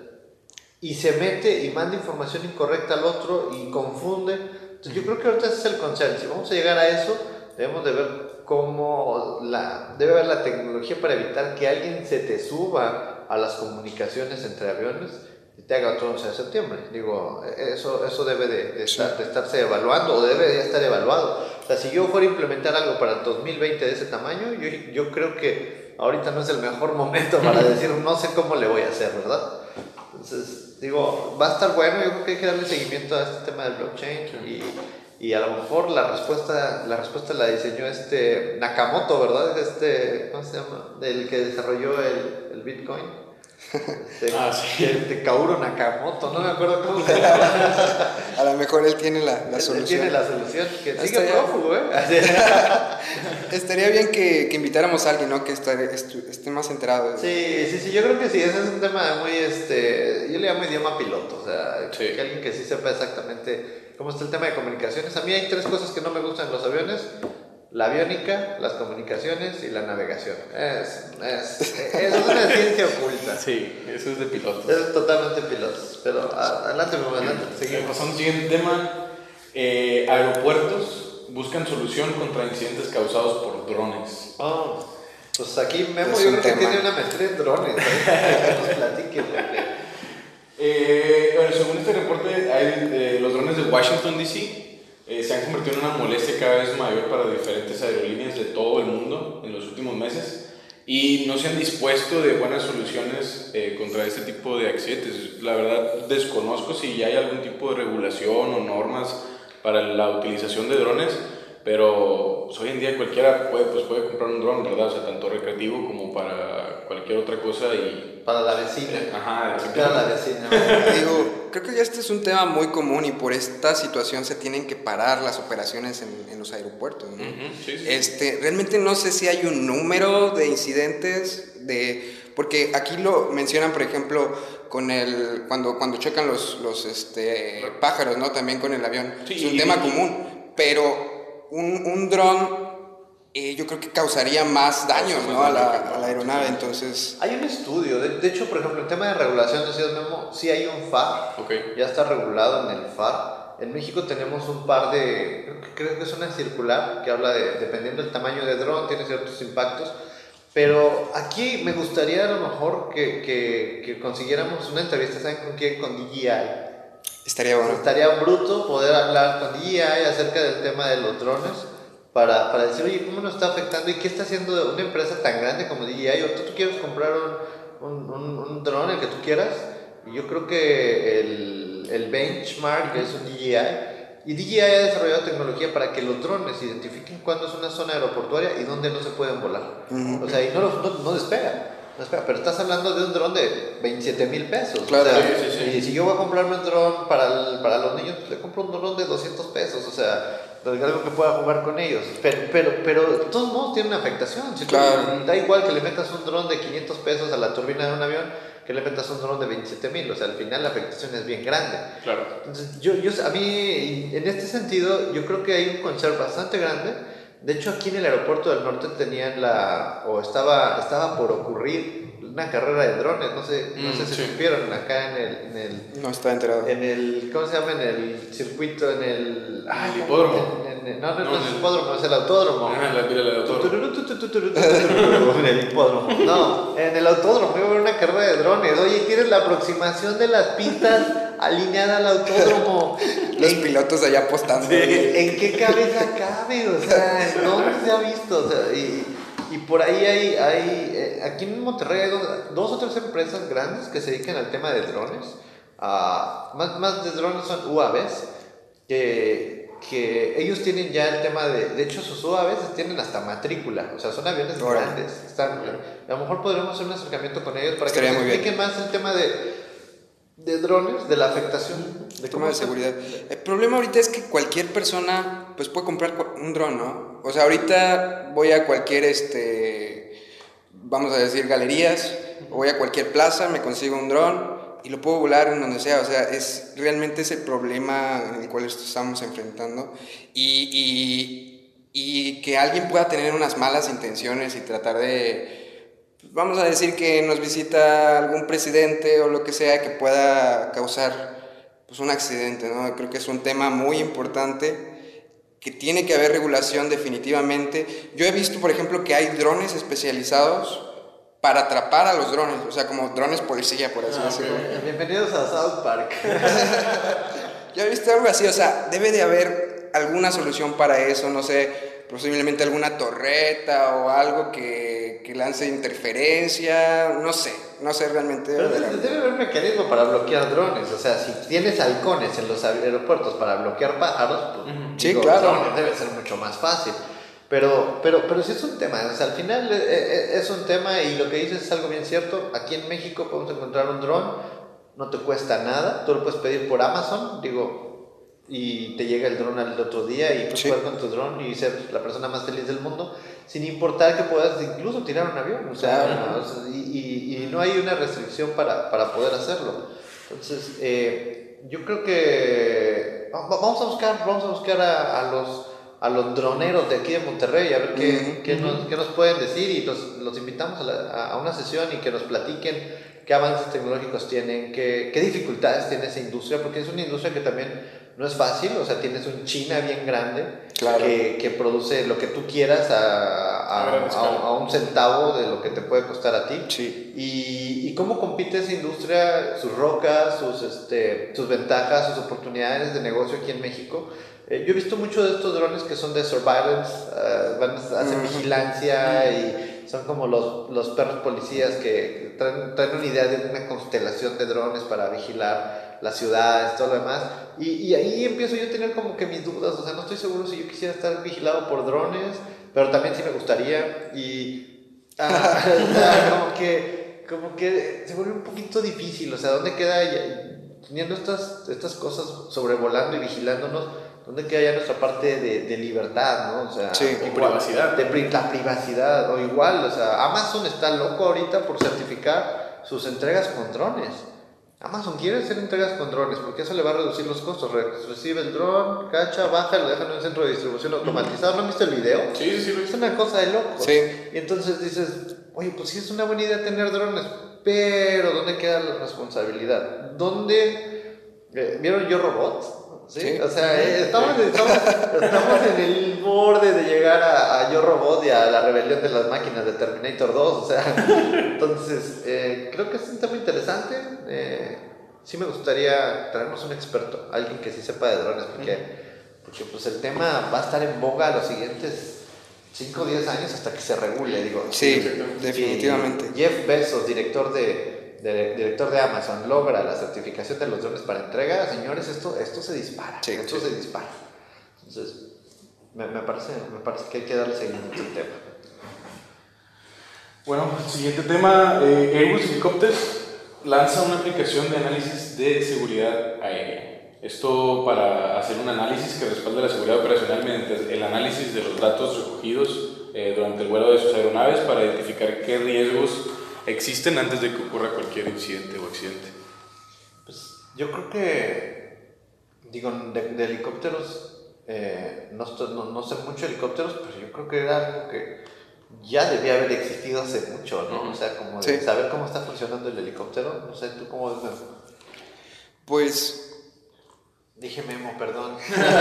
y se mete y manda información incorrecta al otro y confunde. Entonces yo creo que ahorita ese es el concepto. Si vamos a llegar a eso, debemos de ver cómo debe haber la tecnología para evitar que alguien se te suba a las comunicaciones entre aviones y te haga otro 11 de septiembre. Digo, eso debe de estarse evaluando o debe de estar evaluado. O sea, si yo fuera a implementar algo para el 2020 de ese tamaño, yo creo que ahorita no es el mejor momento para decir, no sé cómo le voy a hacer, ¿verdad? Entonces, digo, va a estar bueno, yo creo que hay que darle seguimiento a este tema del blockchain y a lo mejor la respuesta la diseñó Nakamoto, ¿verdad? ¿Cómo se llama? El que desarrolló el Bitcoin. Sí. Kaoru Nakamoto, no me acuerdo cómo se llama. A lo mejor él tiene la solución. Él tiene la solución, que sigue prófugo, Estaría bien que invitáramos a alguien, ¿no? Que esté más enterado. Sí, yo creo que sí, ese es un tema muy, yo le llamo idioma piloto, o sea, que alguien que sí sepa exactamente cómo está el tema de comunicaciones. A mí hay 3 cosas que no me gustan en los aviones: la aviónica, las comunicaciones y la navegación. Eso es una ciencia oculta. Sí, eso es de pilotos. Es totalmente pilotos. Pero adelante, seguimos. Pasando al siguiente tema. Aeropuertos buscan solución contra incidentes causados por drones. Pues aquí Memo yo creo que tiene una maestría en drones. Que nos platique. Bueno, según este reporte, los drones de Washington, D.C. Se han convertido en una molestia cada vez mayor para diferentes aerolíneas de todo el mundo en los últimos meses y no se han dispuesto de buenas soluciones contra este tipo de accidentes. La verdad desconozco si ya hay algún tipo de regulación o normas para la utilización de drones, pero pues, hoy en día cualquiera puede comprar un dron, ¿verdad? O sea, tanto recreativo como para cualquier otra cosa y... Para la vecina. Ajá, para la vecina. Digo, creo que ya este es un tema muy común y por esta situación se tienen que parar las operaciones en los aeropuertos, ¿no? Sí. Realmente no sé si hay un número de incidentes porque aquí lo mencionan, por ejemplo, cuando chocan los pájaros, ¿no? También con el avión. Sí, es un tema común, pero un dron yo creo que causaría más daños, ¿no? a la aeronave, entonces... Hay un estudio, de hecho, por ejemplo, el tema de regulación, decías Memo, sí hay un FAR, ya está regulado en el FAR. En México tenemos un par creo que es una circular que habla de, dependiendo del tamaño de dron, tiene ciertos impactos, pero aquí me gustaría a lo mejor que consiguiéramos una entrevista, ¿saben con quién? Con DJI. Estaría bueno. Estaría bruto poder hablar con DJI acerca del tema de los drones. Para decir, oye, ¿cómo nos está afectando? ¿Y qué está haciendo una empresa tan grande como DJI? O tú quieres comprar un dron, el que tú quieras. Y yo creo que el Benchmark es un DJI. Y DJI ha desarrollado tecnología para que los drones identifiquen cuándo es una zona aeroportuaria y dónde no se pueden volar. O sea, y no despega. Pero estás hablando de un dron de 27,000 pesos. Claro, o sea, sí. Y si yo voy a comprarme un dron para los niños, pues le compro un dron de 200 pesos. O sea, algo que pueda jugar con ellos. Pero de todos modos tiene una afectación. Si claro. Da igual que le metas un dron de 500 pesos a la turbina de un avión que le metas un dron de 27,000. O sea, al final la afectación es bien grande. Claro. Entonces, a mí, en este sentido, yo creo que hay un concern bastante grande. De hecho, aquí en el aeropuerto del norte tenían estaba por ocurrir una carrera de drones, no sé si supieron, acá en el no está enterado. ¿Cómo se llama? En el circuito, en el hipódromo. No es el hipódromo, es el autódromo. El autódromo. En el hipódromo. No, en el autódromo iba a haber una carrera de drones. Oye, tienes la aproximación de las pistas alineada al autódromo. Los pilotos allá apostando. Sí. ¿En qué cabeza cabe? O sea, ¿dónde se ha visto? O sea, y por ahí hay aquí en Monterrey hay dos o tres empresas grandes que se dedican al tema de drones. Más de drones son UAVs, que ellos tienen ya el tema de hecho sus UAVs tienen hasta matrícula, o sea, son aviones grandes. A lo mejor podremos hacer un acercamiento con ellos para que nos expliquen más el tema de drones, de la afectación. De tema de seguridad. El problema ahorita es que cualquier persona pues puede comprar un dron, ¿no? O sea, ahorita voy a cualquier, vamos a decir, galerías, o voy a cualquier plaza, me consigo un dron y lo puedo volar en donde sea. O sea, es realmente ese problema en el cual estamos enfrentando y que alguien pueda tener unas malas intenciones y tratar de, vamos a decir que nos visita algún presidente o lo que sea que pueda causar pues un accidente, ¿no? Creo que es un tema muy importante, que tiene que haber regulación definitivamente. Yo he visto, por ejemplo, que hay drones especializados para atrapar a los drones, o sea, como drones policía, por así decirlo. Bienvenidos a South Park. ¿Ya viste algo así? O sea, debe de haber alguna solución para eso, no sé, posiblemente alguna torreta o algo que lance interferencia, no sé realmente. Pero debe haber un mecanismo para bloquear drones, o sea, si tienes halcones en los aeropuertos para bloquear pájaros, pues Sí, digo, claro. drones debe ser mucho más fácil. Pero sí es un tema, o sea, al final es un tema y lo que dices es algo bien cierto. Aquí en México podemos encontrar un dron, no te cuesta nada, tú lo puedes pedir por Amazon, digo, y te llega el dron al otro día y puedes jugar con tu dron y ser la persona más feliz del mundo, sin importar que puedas incluso tirar un avión, o sea, y no hay una restricción para poder hacerlo. Entonces, yo creo que vamos a buscar a los droneros de aquí de Monterrey, a ver qué nos pueden decir, y los invitamos a una sesión y que nos platiquen qué avances tecnológicos tienen, qué dificultades tiene esa industria, porque es una industria que también no es fácil, o sea, tienes un China bien grande, claro, que produce lo que tú quieras a un centavo de lo que te puede costar a ti. Sí. Y cómo compite esa industria, sus rocas, sus ventajas, sus oportunidades de negocio aquí en México. Yo he visto muchos de estos drones que son de surveillance, hacen vigilancia y son como los perros policías que traen una idea de una constelación de drones para vigilar las ciudades, todo lo demás. Y ahí empiezo yo a tener como que mis dudas, o sea, no estoy seguro si yo quisiera estar vigilado por drones, pero también sí me gustaría. Y como que se vuelve un poquito difícil, o sea, ¿dónde queda teniendo estas cosas sobrevolando y vigilándonos? ¿Dónde queda ya nuestra parte de libertad, ¿no? O sea, sí, privacidad. La privacidad, o igual, o sea, Amazon está loco ahorita por certificar sus entregas con drones. Amazon quiere hacer entregas con drones porque eso le va a reducir los costos. Recibe el dron, cacha, baja, lo dejan en un centro de distribución automatizado. ¿No han visto el video? Sí. Es una cosa de locos. Sí. Y entonces dices, oye, pues sí es una buena idea tener drones, pero ¿dónde queda la responsabilidad? ¿Dónde? ¿Vieron Yo Robot? ¿Sí? O sea, estamos en el borde de llegar a Yo Robot y a la rebelión de las máquinas de Terminator 2. O sea, entonces, creo que es un tema interesante. Sí me gustaría traernos un experto, alguien que sí sepa de drones, porque pues el tema va a estar en boga los siguientes 5 o 10 años hasta que se regule, digo. Sí, definitivamente. Jeff Bezos, director de Amazon, logra la certificación de los drones para entrega, señores, esto se dispara. Se dispara. Entonces, me parece que hay que darle seguimiento al tema. Bueno, el siguiente tema, Airbus Helicopters lanza una aplicación de análisis de seguridad aérea. Esto para hacer un análisis que respalde la seguridad operacional mediante el análisis de los datos recogidos durante el vuelo de sus aeronaves para identificar qué riesgos existen antes de que ocurra cualquier incidente o accidente. Pues yo creo que, digo, de helicópteros, no sé mucho de helicópteros, pero yo creo que era algo que ya debía haber existido hace mucho, ¿no? O sea, como de saber cómo está funcionando el helicóptero. No sé, ¿tú cómo ves, Memo? Pues... Dije Memo, perdón.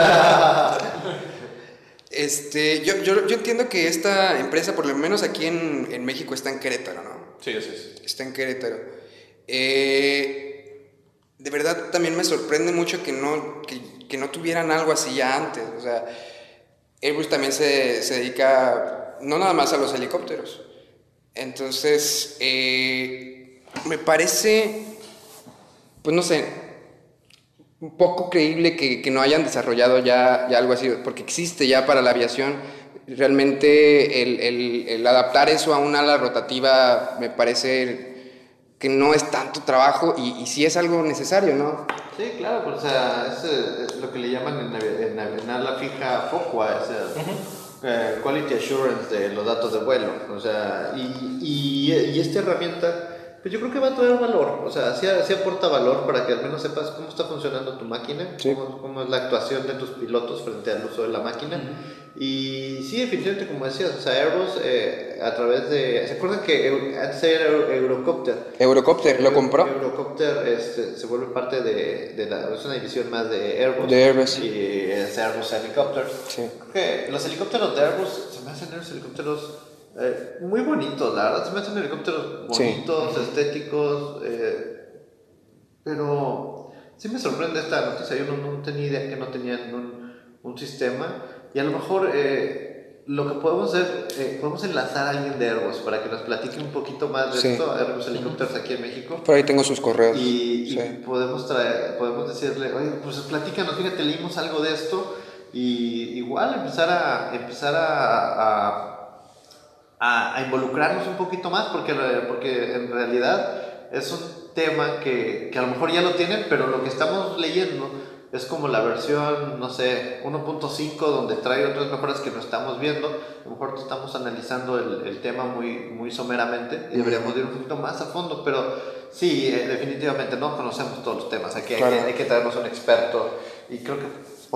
Yo entiendo que esta empresa, por lo menos aquí en México, está en Querétaro, ¿no? Sí, así es. Está en Querétaro. De verdad también me sorprende mucho que no tuvieran algo así ya antes. O sea, Airbus también se dedica no nada más a los helicópteros. Entonces, me parece, pues no sé, un poco creíble que no hayan desarrollado ya algo así, porque existe ya para la aviación. Realmente el adaptar eso a un ala rotativa me parece que no es tanto trabajo y sí es algo necesario, ¿no? Sí, claro, pues, o sea, es lo que le llaman en ala fija FOCUA, Quality Assurance de los datos de vuelo. O sea, y esta herramienta, pues yo creo que va a traer valor, o sea, sí aporta valor para que al menos sepas cómo está funcionando tu máquina, cómo es la actuación de tus pilotos frente al uso de la máquina. Y sí, definitivamente, como decías, o sea, Airbus a través de... ¿Se acuerdan que antes era Eurocopter? Eurocopter lo compró. Eurocopter se vuelve parte es una división más de Airbus. De Airbus. Y es Airbus Helicopters. Sí. Creo que los helicópteros de Airbus se me hacen los helicópteros Muy bonitos, la verdad, se me hacen helicópteros bonitos, sí, estéticos, pero sí me sorprende esta noticia. Yo no tenía idea que no tenían un sistema, y a lo mejor lo que podemos hacer, podemos enlazar a alguien de Airbus para que nos platique un poquito más de esto, Airbus Helicopters aquí en México. Por ahí tengo sus correos. Y podemos decirle, oye, pues platícanos, fíjate, leímos algo de esto, y igual empezar a involucrarnos un poquito más, porque en realidad es un tema que a lo mejor ya lo tienen, pero lo que estamos leyendo es como la versión, no sé, 1.5, donde trae otras mejoras que no estamos viendo. A lo mejor estamos analizando el tema muy someramente, y deberíamos ir un poquito más a fondo, pero sí, definitivamente no conocemos todos los temas. Aquí hay que traernos un experto, y creo que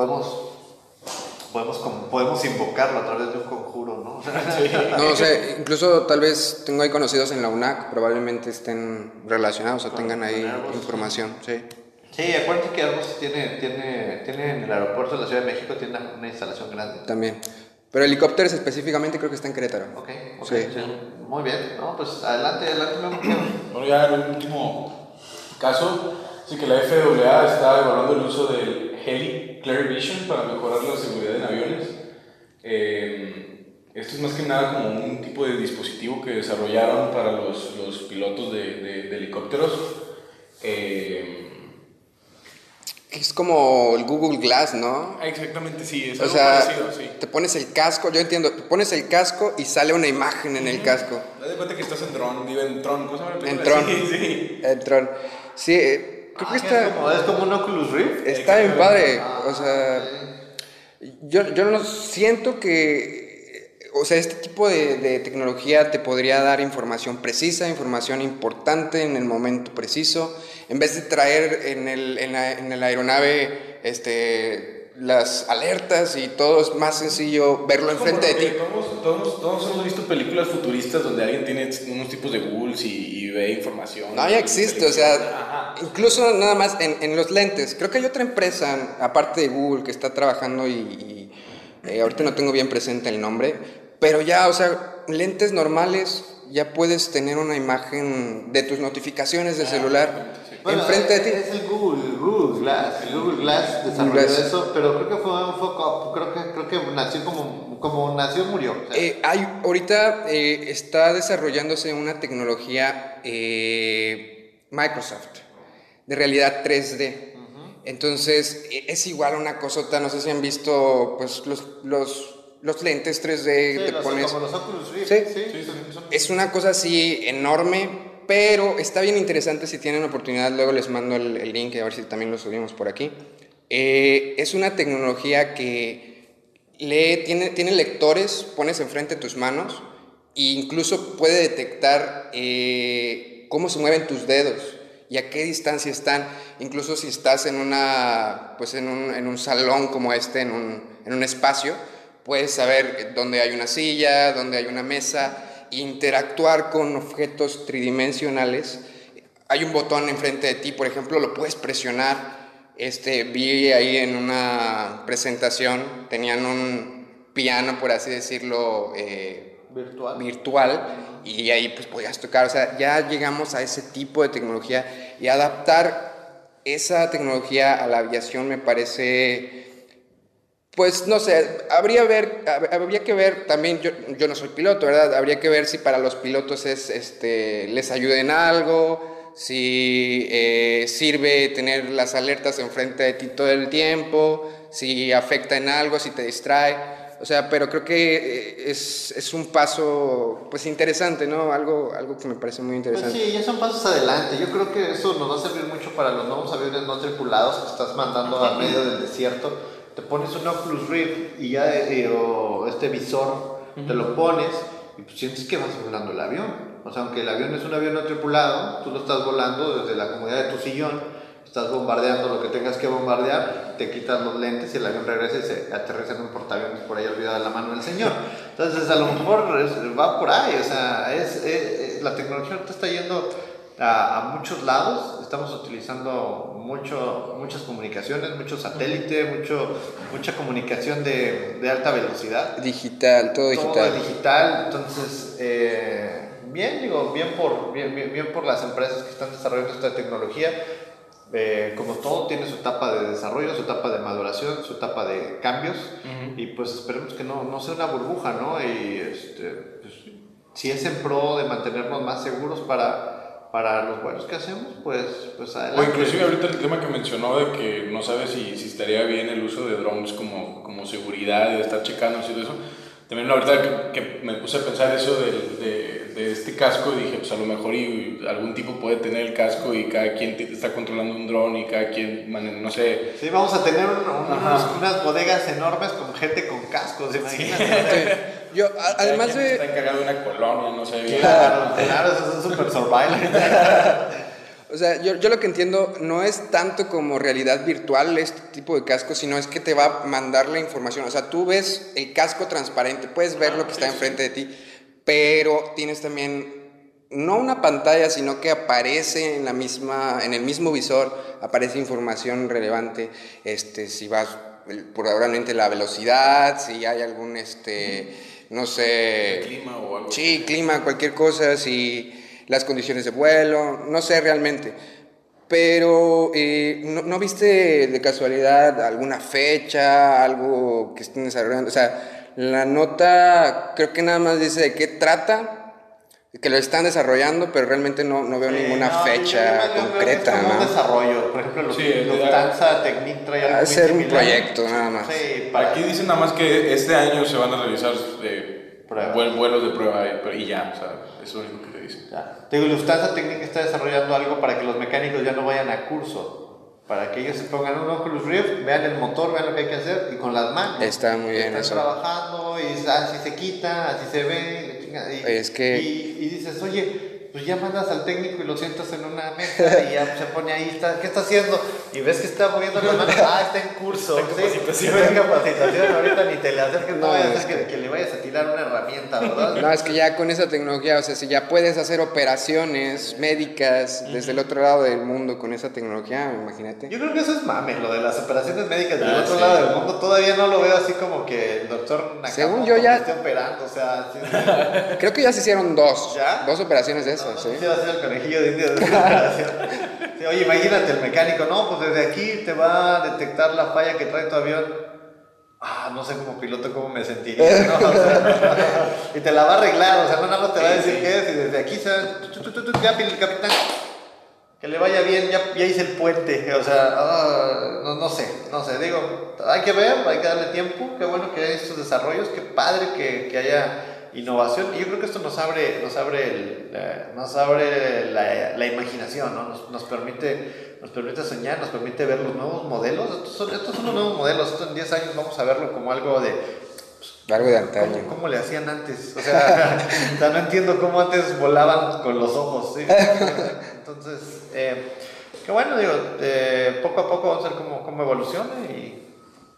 podemos invocarlo a través de un conjuro, ¿no? Sí. No, o sea, incluso tal vez tengo ahí conocidos en la UNAC, probablemente estén relacionados o tengan ahí información, sí. Sí, acuérdate que Airbus tiene en el aeropuerto de la Ciudad de México, tiene una instalación grande. También. Pero helicópteros específicamente creo que está en Querétaro. Ok, sí. Muy bien. No, pues adelante. Bueno, ya en el último caso, sí que la FAA está evaluando el uso del Heli Clear Vision para mejorar la seguridad en aviones. Esto es más que nada como un tipo de dispositivo que desarrollaron para los pilotos de helicópteros. Es como el Google Glass, ¿no? Exactamente, sí, es algo parecido, sí. Te pones el casco, yo entiendo, te pones el casco y sale una imagen en el casco. Haz de cuenta que estás en Tron, ¿cómo se llama la película? En Tron. Sí. En Tron. Sí, creo que está... Es como un Oculus Rift. Está bien padre, o sea... Yo no siento que... O sea, este tipo de tecnología te podría dar información precisa, información importante en el momento preciso, en vez de traer en la aeronave las alertas y todo. Es más sencillo verlo enfrente de ti. Todos hemos visto películas futuristas donde alguien tiene unos tipos de Googles y ve información. No, ya existe, o sea, incluso nada más en los lentes. Creo que hay otra empresa, aparte de Google, que está trabajando y ahorita no tengo bien presente el nombre, pero ya, o sea, lentes normales, ya puedes tener una imagen de tus notificaciones de celular enfrente de ti. Es el Google Glass. El Google Glass desarrolló eso, pero creo que fue un fuck up. Creo que nació como nació, murió. O sea. Ahorita está desarrollándose una tecnología Microsoft de realidad 3D. Entonces, es igual una cosota, no sé si han visto pues los lentes 3D, sí, pones... como los Oculus Rift. Sí. Es una cosa así enorme, pero está bien interesante. Si tienen oportunidad, luego les mando el link, a ver si también lo subimos por aquí. Es una tecnología que tiene lectores, pones enfrente de tus manos, e incluso puede detectar cómo se mueven tus dedos y a qué distancia están. Incluso si estás en un salón como en un espacio, puedes saber dónde hay una silla, dónde hay una mesa, interactuar con objetos tridimensionales. Hay un botón enfrente de ti, por ejemplo, lo puedes presionar. Vi ahí en una presentación, tenían un piano, por así decirlo, virtual, y ahí pues podías tocar. O sea, ya llegamos a ese tipo de tecnología, y adaptar esa tecnología a la aviación me parece... Pues no sé, habría que ver también. Yo no soy piloto, ¿verdad? Habría que ver si para los pilotos les ayuda en algo, si sirve tener las alertas enfrente de ti todo el tiempo, si afecta en algo, si te distrae. O sea, pero creo que es un paso pues interesante, ¿no? Algo que me parece muy interesante. Pues sí, ya son pasos adelante. Yo creo que eso nos va a servir mucho para los nuevos aviones no tripulados que estás mandando a medio del desierto. Te pones un Oculus Rift y ya o este visor, te lo pones y pues sientes que vas volando el avión. O sea, aunque el avión es un avión no tripulado, tú lo estás volando desde la comodidad de tu sillón, estás bombardeando lo que tengas que bombardear, te quitas los lentes y el avión regresa y se aterriza en un portaaviones por ahí olvidado en la mano del señor. Entonces, a lo mejor va por ahí. O sea, la tecnología te está yendo a muchos lados. estamos utilizando muchas comunicaciones, mucho satélite, mucha comunicación de alta velocidad. Digital, todo digital. Todo digital, entonces, bien por las empresas que están desarrollando esta tecnología. Como todo tiene su etapa de desarrollo, su etapa de maduración, su etapa de cambios, y pues esperemos que no sea una burbuja, ¿no? Y pues, si es en pro de mantenernos más seguros para los vuelos que hacemos, pues adelante. O inclusive ahorita el tema que mencionó de que no sabe si estaría bien el uso de drones como seguridad, de estar checando y todo eso. También ahorita que me puse a pensar eso de este casco, dije, pues a lo mejor algún tipo puede tener el casco y cada quien está controlando un dron y cada quien, no sé. Sí, vamos a tener unas bodegas enormes con gente con cascos, imagínate. Yo, además de... Está encargado de una colonia, no sé. Claro, eso es un super survival. O sea, yo lo que entiendo no es tanto como realidad virtual este tipo de casco, sino es que te va a mandar la información. O sea, tú ves el casco transparente, puedes ver lo que está enfrente de ti, pero tienes también no una pantalla, sino que aparece en el mismo visor, aparece información relevante, si vas, probablemente la velocidad, si hay algún, no sé... ¿El clima o algo? Sí, clima, cualquier cosa, si... las condiciones de vuelo, no sé realmente, pero ¿no viste de casualidad alguna fecha, algo que estén desarrollando? O sea, la nota creo que nada más dice de qué trata, que lo están desarrollando, pero realmente no veo ninguna fecha concreta, ¿no? ¿no? Un desarrolo, por ejemplo, Lufthansa, Technip trae algo hacer un similar. proyecto nada más. Sí, Aquí dicen nada más que este año se van a realizar vuelos de prueba y ya, o sea, eso es lo que te dicen. Te digo, Lufthansa Technic está desarrollando algo para que los mecánicos ya no vayan a curso, para que ellos se pongan un Oculus Rift, vean el motor, vean lo que hay que hacer y con las manos. Está muy bien están eso. trabajando y así se quita, así se ve. Y dices, oye, pues ya mandas al técnico y lo sientas en una mesa y ya se pone ahí, ¿qué está haciendo? Y ves que está moviendo la mano, está en curso. Está en capacitación, ahorita ni te le acerques, no vaya a ser que le vayas a tirar una herramienta, ¿verdad? No, es que ya con esa tecnología, o sea, si ya puedes hacer operaciones médicas desde el otro lado del mundo con esa tecnología, imagínate. Yo creo que eso es mame, lo de las operaciones médicas del otro lado del mundo, todavía no lo veo así como que el doctor Nakamoto según yo ya esté operando, o sea... Sí, creo que ya se hicieron dos operaciones de esas, no ¿sí? quisiera ser el conejillo de India de esa operación. Sí, oye, imagínate el mecánico, no, pues desde aquí te va a detectar la falla que trae tu avión. No sé como piloto cómo me sentiría, ¿no? O sea, y te la va a arreglar, o sea, no nada más te va a decir qué es, y desde aquí se va, ya, capitán, que le vaya bien, ya hice el puente, o sea, no sé, digo, hay que ver, hay que darle tiempo, qué bueno que hay estos desarrollos, qué padre que haya innovación, y yo creo que esto nos abre la imaginación, ¿no? Nos permite soñar, nos permite ver los nuevos modelos. Estos son los nuevos modelos. Esto en 10 años vamos a verlo como algo de... algo de antaño. ¿Cómo le hacían antes? O sea, no entiendo cómo antes volaban con los ojos, ¿sí? Entonces, que bueno, digo, poco a poco vamos a ver cómo evoluciona y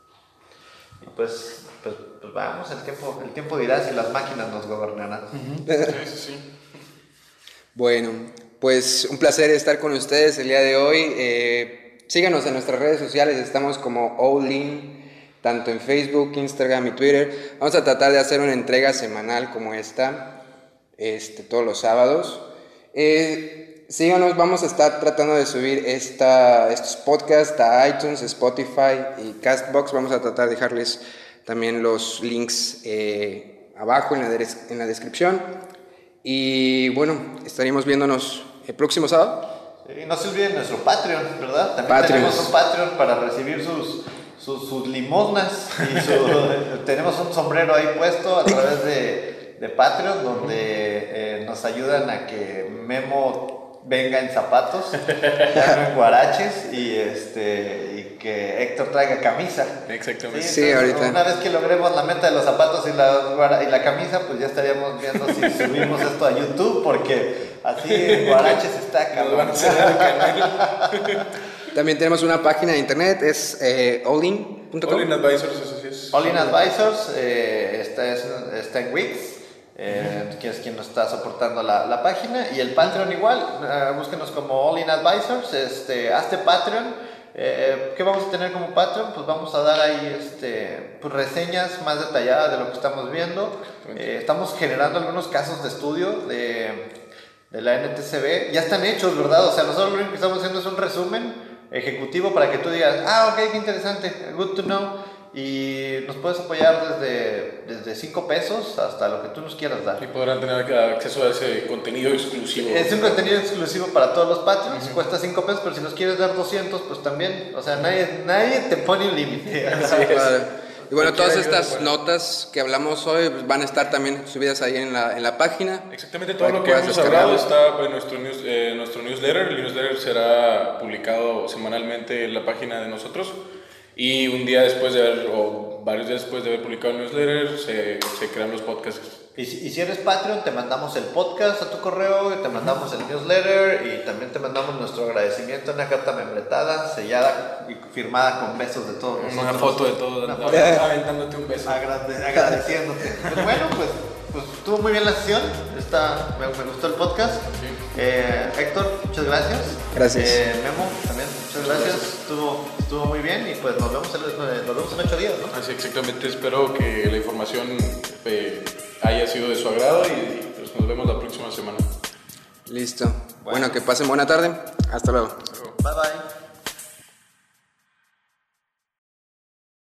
pues vamos, el tiempo dirá si las máquinas nos gobernarán. Sí. Bueno, pues un placer estar con ustedes el día de hoy. Síganos en nuestras redes sociales, estamos como All In, tanto en Facebook, Instagram y Twitter. Vamos a tratar de hacer una entrega semanal como esta, todos los sábados. Síganos, vamos a estar tratando de subir estos podcasts a iTunes, Spotify y Castbox. Vamos a tratar de dejarles también los links abajo en la descripción. Y bueno, estaríamos viéndonos el próximo sábado. Sí, no se olviden nuestro Patreon, ¿verdad? También tenemos un Patreon para recibir sus limosnas. Y tenemos un sombrero ahí puesto a través de Patreon, donde nos ayudan a que Memo venga en zapatos, ya no en guaraches, y que Héctor traiga camisa. Exactamente. Sí, ahorita. Una vez que logremos la meta de los zapatos y la camisa, pues ya estaríamos viendo si subimos esto a YouTube, porque así en guaraches está cabrón. También tenemos una página de internet, es allin.com. All In Advisors, eso sí es. All In Advisors está en Wix. que es quien nos está soportando la página, y el Patreon igual, búsquenos como All In Advisors, hazte Patreon. ¿Qué vamos a tener como Patreon? Pues vamos a dar ahí pues reseñas más detalladas de lo que estamos viendo. Estamos generando algunos casos de estudio de la NTCB. Ya están hechos, ¿verdad? O sea, nosotros lo único que estamos haciendo es un resumen ejecutivo para que tú digas, ok, qué interesante, good to know. Y nos puedes apoyar desde 5 pesos hasta lo que tú nos quieras dar. Y podrán tener acceso a ese contenido exclusivo. Es un contenido exclusivo para todos los Patreons. Cuesta 5 pesos, pero si nos quieres dar 200, pues también. O sea, nadie te pone un límite. Así es. Y bueno, todas estas notas que hablamos hoy van a estar también subidas ahí en la página. Exactamente, todo lo que hemos hablado está en nuestro newsletter. El newsletter será publicado semanalmente en la página de nosotros. Y un día después de haber, o varios días después de haber publicado el newsletter, se crean los podcasts. Y si eres Patreon, te mandamos el podcast a tu correo, y te mandamos el newsletter, y también te mandamos nuestro agradecimiento, una carta membretada, sellada y firmada con besos de todos nosotros. Una foto de todos, aventándote un beso. Agradeciéndote. Pues bueno, pues estuvo muy bien la sesión. Me gustó el podcast. Sí. Héctor, muchas gracias. Gracias. Memo, también, muchas gracias. Estuvo muy bien, y pues nos vemos en 8 días, ¿no? Así exactamente, espero que la información haya sido de su agrado, y pues nos vemos la próxima semana. Listo. Bueno, que pasen buena tarde. Hasta luego. Bye bye.